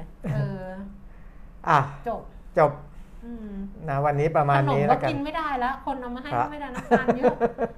จบนะวันนี้ประมาณนี้แล้วกันขนมก็กินไม่ได้แล้วคนเอามาให้ก็ไม่ได้น้ำตาลเยอะ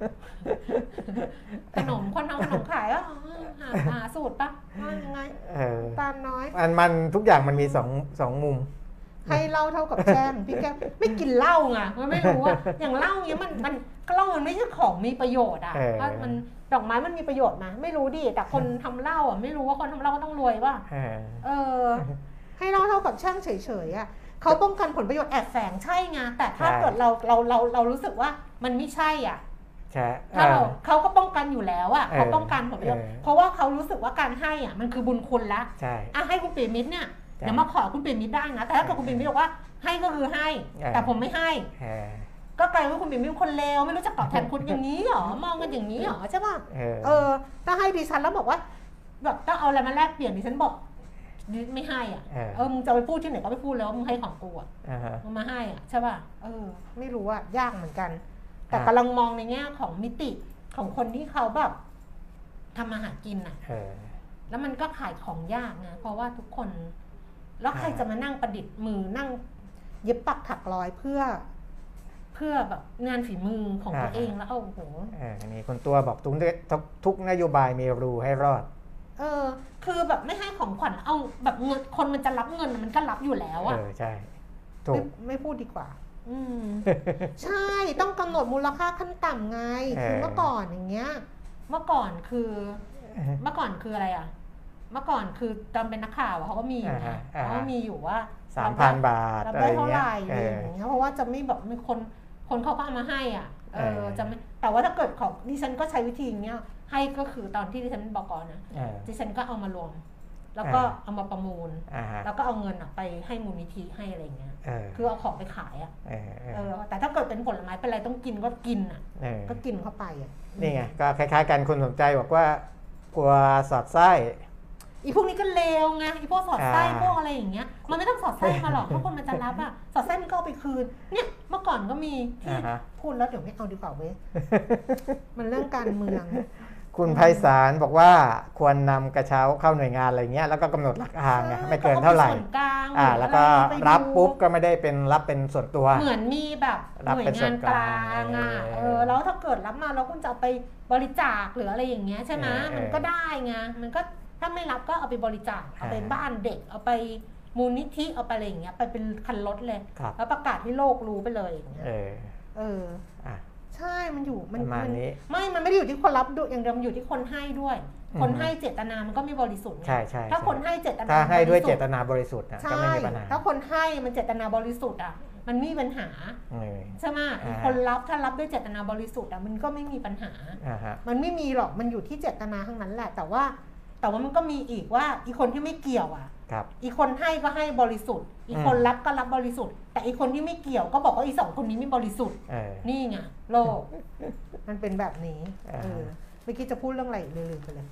ขนมคนทำขนมขายก็หาสูตรปะว่ายังไงตาลน้อยมันทุกอย่างมันมีสองมุมให้เหล้าเท่ากับแช่งพี่แก้วไม่กินเหล้าไงมันไม่รู้ว่าอย่างเหล้าเงี้ยมันเหล้ามันไม่ใช่ของมีประโยชน์อ่ะเพราะมันดอกไม้มันมีประโยชน์นะไม่รู้ดิแต่คนทำเหล้าอ่ะไม่รู้ว่าคนทำเหล้าก็ต้องรวยป่ะให้เหล้าเท่ากับแช่งเฉยๆอ่ะเขาป้องกันผลประโยชน์แอบแฝงใช่ไงแต่ถ้าเกิดเรารู้สึกว่ามันไม่ใช่อ่ะถ้าเขาก็ป้องกันอยู่แล้วอ่ะเขาป้องกันผลประโยชน์เพราะว่าเขารู้สึกว่าการให้อ่ะมันคือบุญคุณละให้คุณปิ่มมิตรเนี่ยเดี๋ยวมาขอคุณปิ่มมิตรได้นะแต่ถ้าเกิดคุณปิ่มมิตรบอกว่าให้ก็คือให้แต่ผมไม่ให้ก็กลายว่าคุณปิ่มมิตรเป็นคนเลวไม่รู้จักตอบแทนคุณอย่างนี้หรอมองกันอย่างนี้หรอใช่ป่ะถ้าให้ดิฉันแล้วบอกว่าแบบต้องเอาอะไรมาแลกเปลี่ยนดิฉันบอกไม่ให้อ่ะมึงจะไปพูดที่ไหนก็ไปพูดแล้วมึงให้ของกูอ่ะมึงมาให้อ่ะใช่ป่ะไม่รู้ว่ายากเหมือนกันแต่กำลังมองในแง่ของมิติของคนที่เขาแบบทำมาหากินอ่ะแล้วมันก็ขายของยากนะเพราะว่าทุกคนแล้วใครจะมานั่งประดิษฐ์มือนั่งเย็บปักถักร้อยเพื่อแบบงานฝีมือของตัวเองแล้วโอ้โหมีคนตัวบอกทุกนโยบายมีรูให้รอดคือแบบไม่ให้ของขวัญเอาแบบเงินคนมันจะรับเงินมันก็รับอยู่แล้วอ่ะใช่ถูกไม่พูดดีกว่าใช่ต้องกำหนดมูลค่าขั้นต่ำไงคือเมื่อก่อนอย่างเงี้ยเมื่อก่อนคืออะไรอ่ะเมื่อก่อนคือตอนเป็นนักข่าวเขาก็มีอยู่นะเขาก็มีอยู่ว่า 3,000 บาทรับได้เท่าไหร่อย่างเงี้ยเพราะว่าจะไม่แบบมีคนเขาก็เอามาให้อ่ะจะไม่แต่ว่าถ้าเกิดของดิฉันก็ใช้วิธีอย่างเงี้ยให้ก็คือตอนที่ดิฉันบก.นะดิฉันก็เอามารวมแล้วก็เอามาประมูลแล้วก็เอาเงินไปให้มูลนิธิให้อะไรเงี้ยคือเอาของไปขายอ่ะแต่ถ้าเกิดเป็นผลไม้เป็นอะไรต้องกินก็กินอ่ะก็กินเข้าไปอ่ะนี่ไงก็คล้ายๆกันคนสนใจบอกว่ากลัวสอดไส้อีพวกนี้ก็เลวไงอีพวกสอดไส้พวกอะไรอย่างเงี้ยมันไม่ต้องสอดไส้มาหรอกถ้าคนมันจะรับอ่ะสอดไส้มันก็เอาไปคืนเนี่ยเมื่อก่อนก็มีที่พูดแล้วเดี๋ยวไม่เอาดีกว่าเว้ยมันเรื่องการเมืองคุณไพศาลบอกว่าควรนำกระเช้าเข้าหน่วยงานอะไรเงี้ยแล้วก็กำหนดราคาไงไม่เกินเท่าไหร่แล้วก็รับปุ๊บก็ไม่ได้เป็นรับเป็นส่วนตัวเหมือนมีแบบหน่วยงานกลางแล้วถ้าเกิดรับมาแล้วคุณจะเอาไปบริจาคหรืออะไรอย่างเงี้ยใช่ไหมมันก็ได้ไงมันก็ถ้าไม่รับก็เอาไปบริจาคเอาไปบ้านเด็กเอาไปมูลนิธิเอาไปอะไรอย่างเงี้ยไปเป็นคันรถเลยแล้วประกาศให้โลกรู้ไปเลยอย่างเงี้ยใช่มันอยู่มันไม่ได้อยู่ที่คนรับด้วยอย่างเดียวมันอยู่ที่คนให้ด้วยคนให้เจตนามันก็ไม่บริสุทธิ์ใช่ถ้าคนให้เจตนาถ้าให้ด้วยเจตนาบริสุทธิ์ก็ไม่มีปัญหาถ้าคนให้มันเจตนาบริสุทธิ์มันมีปัญหาใช่ไหมคนรับถ้ารับด้วยเจตนาบริสุทธิ์มันก็ไม่มีปัญหามันไม่มีหรอกมันอยู่ที่เจตนาทั้งนั้นแหละแต่ว่ามันก็มีอีกว่าอีคนที่ไม่เกี่ยวอีคนให้ก็ให้บริสุทธิ์อีคนรับก็รับบริสุทธิ์แต่อีคนที่ไม่เกี่ยวก็บอกว่าอี2คนนี้ไม่บริสุทธิ์นี่ไงโลกมันเป็นแบบนี้เมื่อกี้จะพูดเรื่องอะไรลืมไปเลย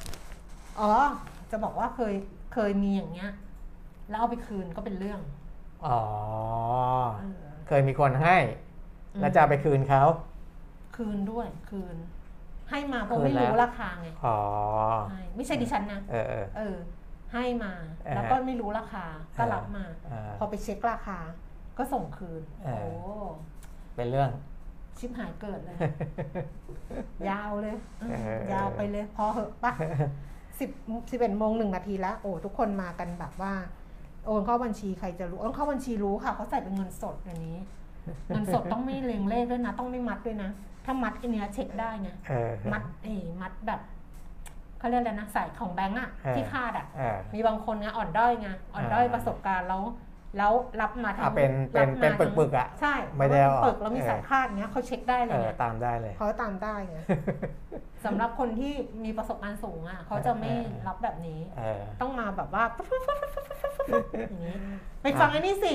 จะบอกว่าเคยมีอย่างเงี้ยแล้วเอาไปคืนก็เป็นเรื่องเคยมีคนให้แล้วจะไปคืนเขาคืนด้วยคืนให้มาเพราะไม่รู้ราคาไงไม่ใช่ดิฉันนะให้มาแล้วก็ไม่รู้ราคาก็รับมาพอไปเช็คราคาก็ส่งคืนเป็นเรื่องชิบหายเกิดเลยยาวเลยยาวไปเลยพอเหอะปะ11:01 นาทีแล้วทุกคนมากันแบบว่าโอนเข้าบัญชีใครจะรู้โอนเข้าบัญชีรู้ค่ะเขาใส่เป็นเงินสดอย่างนี้เงินสดต้องไม่เล็งเลขด้วยนะต้องไม่มัดด้วยนะถ้ามัดไอ้เนี้ยเช็คได้ไงมัดแบบเขาเรียกอะไรนะสายของแบงก์ที่คาดมีบางคนไงอ่อนด้อยไงอ่อนด้อยประสบการณ์แล้วรับมาทั้งเป็นปึกใช่ไม่ได้ปึกแล้วมีสายคาดเงี้ยเขาเช็คได้เลยตามได้เลยเขาตามได้ไงสำหรับคนที่มีประสบการณ์สูงเขาจะไม่รับแบบนี้ต้องมาแบบว่าอย่างนี้ไปฟังไอ้นี่สิ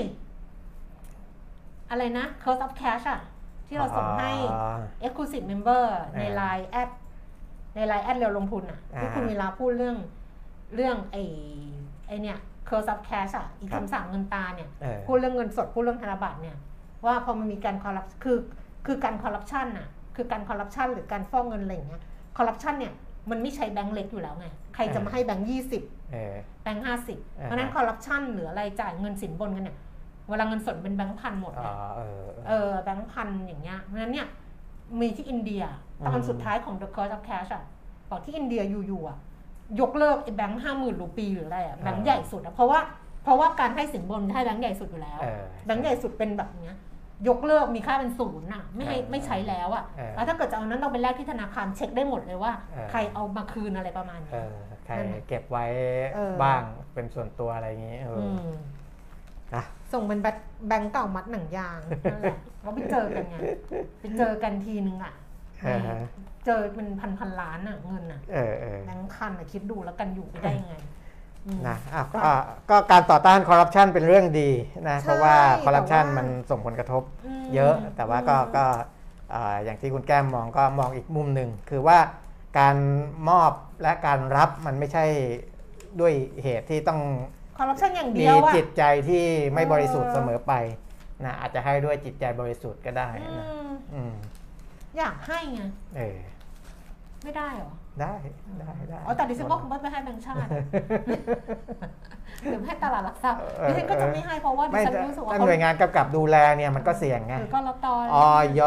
อะไรนะ Close Up Cash ที่เราส่งให้ Exclusive Member ใน Line แอดเร็วลงทุนที่คุณเวลาพูดเรื่องไอ้เนี่ย Curse of Cash อีกคำสั่งเงินตาเนี่ยพูดเรื่องเงินสดพูดเรื่องธนบัตรเนี่ยว่าพอมันมีการคอร์รัปคือการคอร์รัปชันคือการคอร์รัปชันหรือการฟอกเงินอะไรอย่างเงี้ยคอร์รัปชันเนี่ยมันไม่ใช้แบงค์เล็กอยู่แล้วไงใครจะมาให้แบงค์20แบงค์50เพราะนั้นคอร์รัปชันหรืออะไรจ่ายเงินสินบนกันเนี่ยเวลาเงินสดเป็นแบงค์พันหมดเนี่ยแบงค์พันอย่างเงี้ยเพราะนั้นเนี่ยมีที่อินเดียตอนสุดท้ายของ The Cost of Cash อะบอกที่อินเดียอยู่ๆอะยกเลิกไอ้แบงค์50,000 รูปีหรืออะไรอะแบงค์ใหญ่สุดอะเพราะว่าการให้สินบนให้แบงค์ใหญ่สุดอยู่แล้วแบงค์ใหญ่สุดเป็นแบบเนี้ยยกเลิกมีค่าเป็น0น่ะไม่ใช้แล้วอะแล้วถ้าเกิดจะเอานั้นต้องไปแลกที่ธนาคารเช็คได้หมดเลยว่าใครเอามาคืนอะไรประมาณนี้ใครเก็บไว้บ้างเป็นส่วนตัวอะไรอย่างนี้ส่งเป็นแบงค์เก่ามัดหนังยางนั่นแหละว่าไปเจอกันไงไปเจอกันทีนึงอะเจอเป็นพันล้านอะเงินอะแบงค์พันอะคิดดูแล้วกันอยู่ไปได้ยังไงนะก็การต่อต้านคอร์รัปชันเป็นเรื่องดีนะเพราะว่าคอร์รัปชันมันส่งผลกระทบเยอะแต่ว่าก็อย่างที่คุณแก้มมองก็มองอีกมุมหนึ่งคือว่าการมอบและการรับมันไม่ใช่ด้วยเหตุที่ต้องคอร์รัปชันอย่างเดียวมีจิตใจที่ไม่บริสุทธิ์เสมอไปนะอาจจะให้ด้วยจิตใจบริสุทธิ์ก็ได้นะอยากให้ไงไม่ได้หรอได้แต่ดิฉันก็คงไม่ให้แบงค์ชาติหรือให้ตลาดหลักทรัพย์ดิฉันก็จะไม่ให้เพราะว่าดิฉันรู้สึกว่าหน่วยงานกำกับดูแลเนี่ยมันก็เสี่ยงไงก็รับต่ออย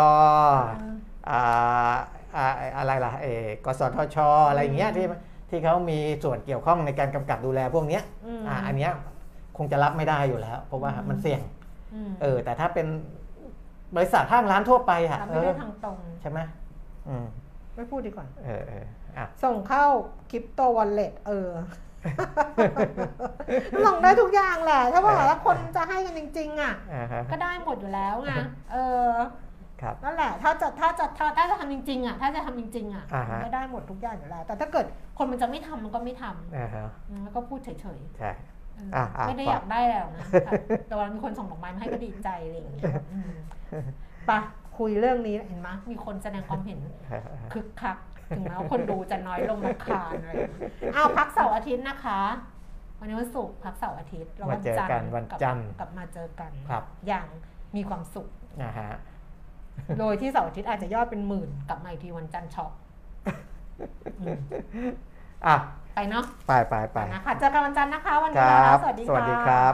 อะไรล่ะกสทชอะไรอย่างเงี้ยที่เขามีส่วนเกี่ยวข้องในการกำกับดูแลพวกนี้อันเนี้ยคงจะรับไม่ได้อยู่แล้วเพราะว่ามันเสี่ยงแต่ถ้าเป็นบริษัทห้างร้านทั่วไปอะไม่ได้ทางตรงใช่ไหมไม่พูดดีกว่าส่งเข้าคริปโตวอลเล็ตส่งได้ทุกอย่างแหละถ้าว่าคนจะให้กันจริงๆอ่ะก็ได้หมดอยู่แล้วไงนั่นแหละถ้าจะทำจริงๆอ่ะถ้าจะทำจริงๆอ่ะก็ได้หมดทุกอย่างอยู่แล้วแต่ถ้าเกิดคนมันจะไม่ทำมันก็ไม่ทำแล้วก็พูดเฉยๆไม่ได้อยากได้แล้วนะแต่ว่ามีคนส่งดอกไม้มาให้ก็ดีใจอะไรอย่างเงี้ยไปคุยเรื่องนี้เห็นไหมมีคนแสดงความเห็นคึกคักถึงแม้ว่าคนดูจะน้อยลงรำคาญอะไรพักเสาร์อาทิตย์นะคะวันนี้วันศุกร์พักเสาร์อาทิตย์เราวันจันทร์กลับมาเจอกันอย่างมีความสุขโดยที่เสาร์อาทิตย์อาจจะยอดเป็นหมื่นกลับมาอีกทีวันจันทร์ช็อปไปเนาะไปนะคะเจอกันวันจันทร์นะคะวันนี้สวัสดีครับ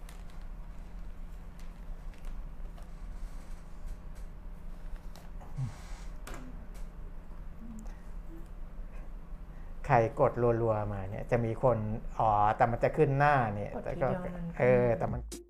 ใครกดรัวๆมาเนี่ยจะมีคนแต่มันจะขึ้นหน้าเนี่ยแต่มัน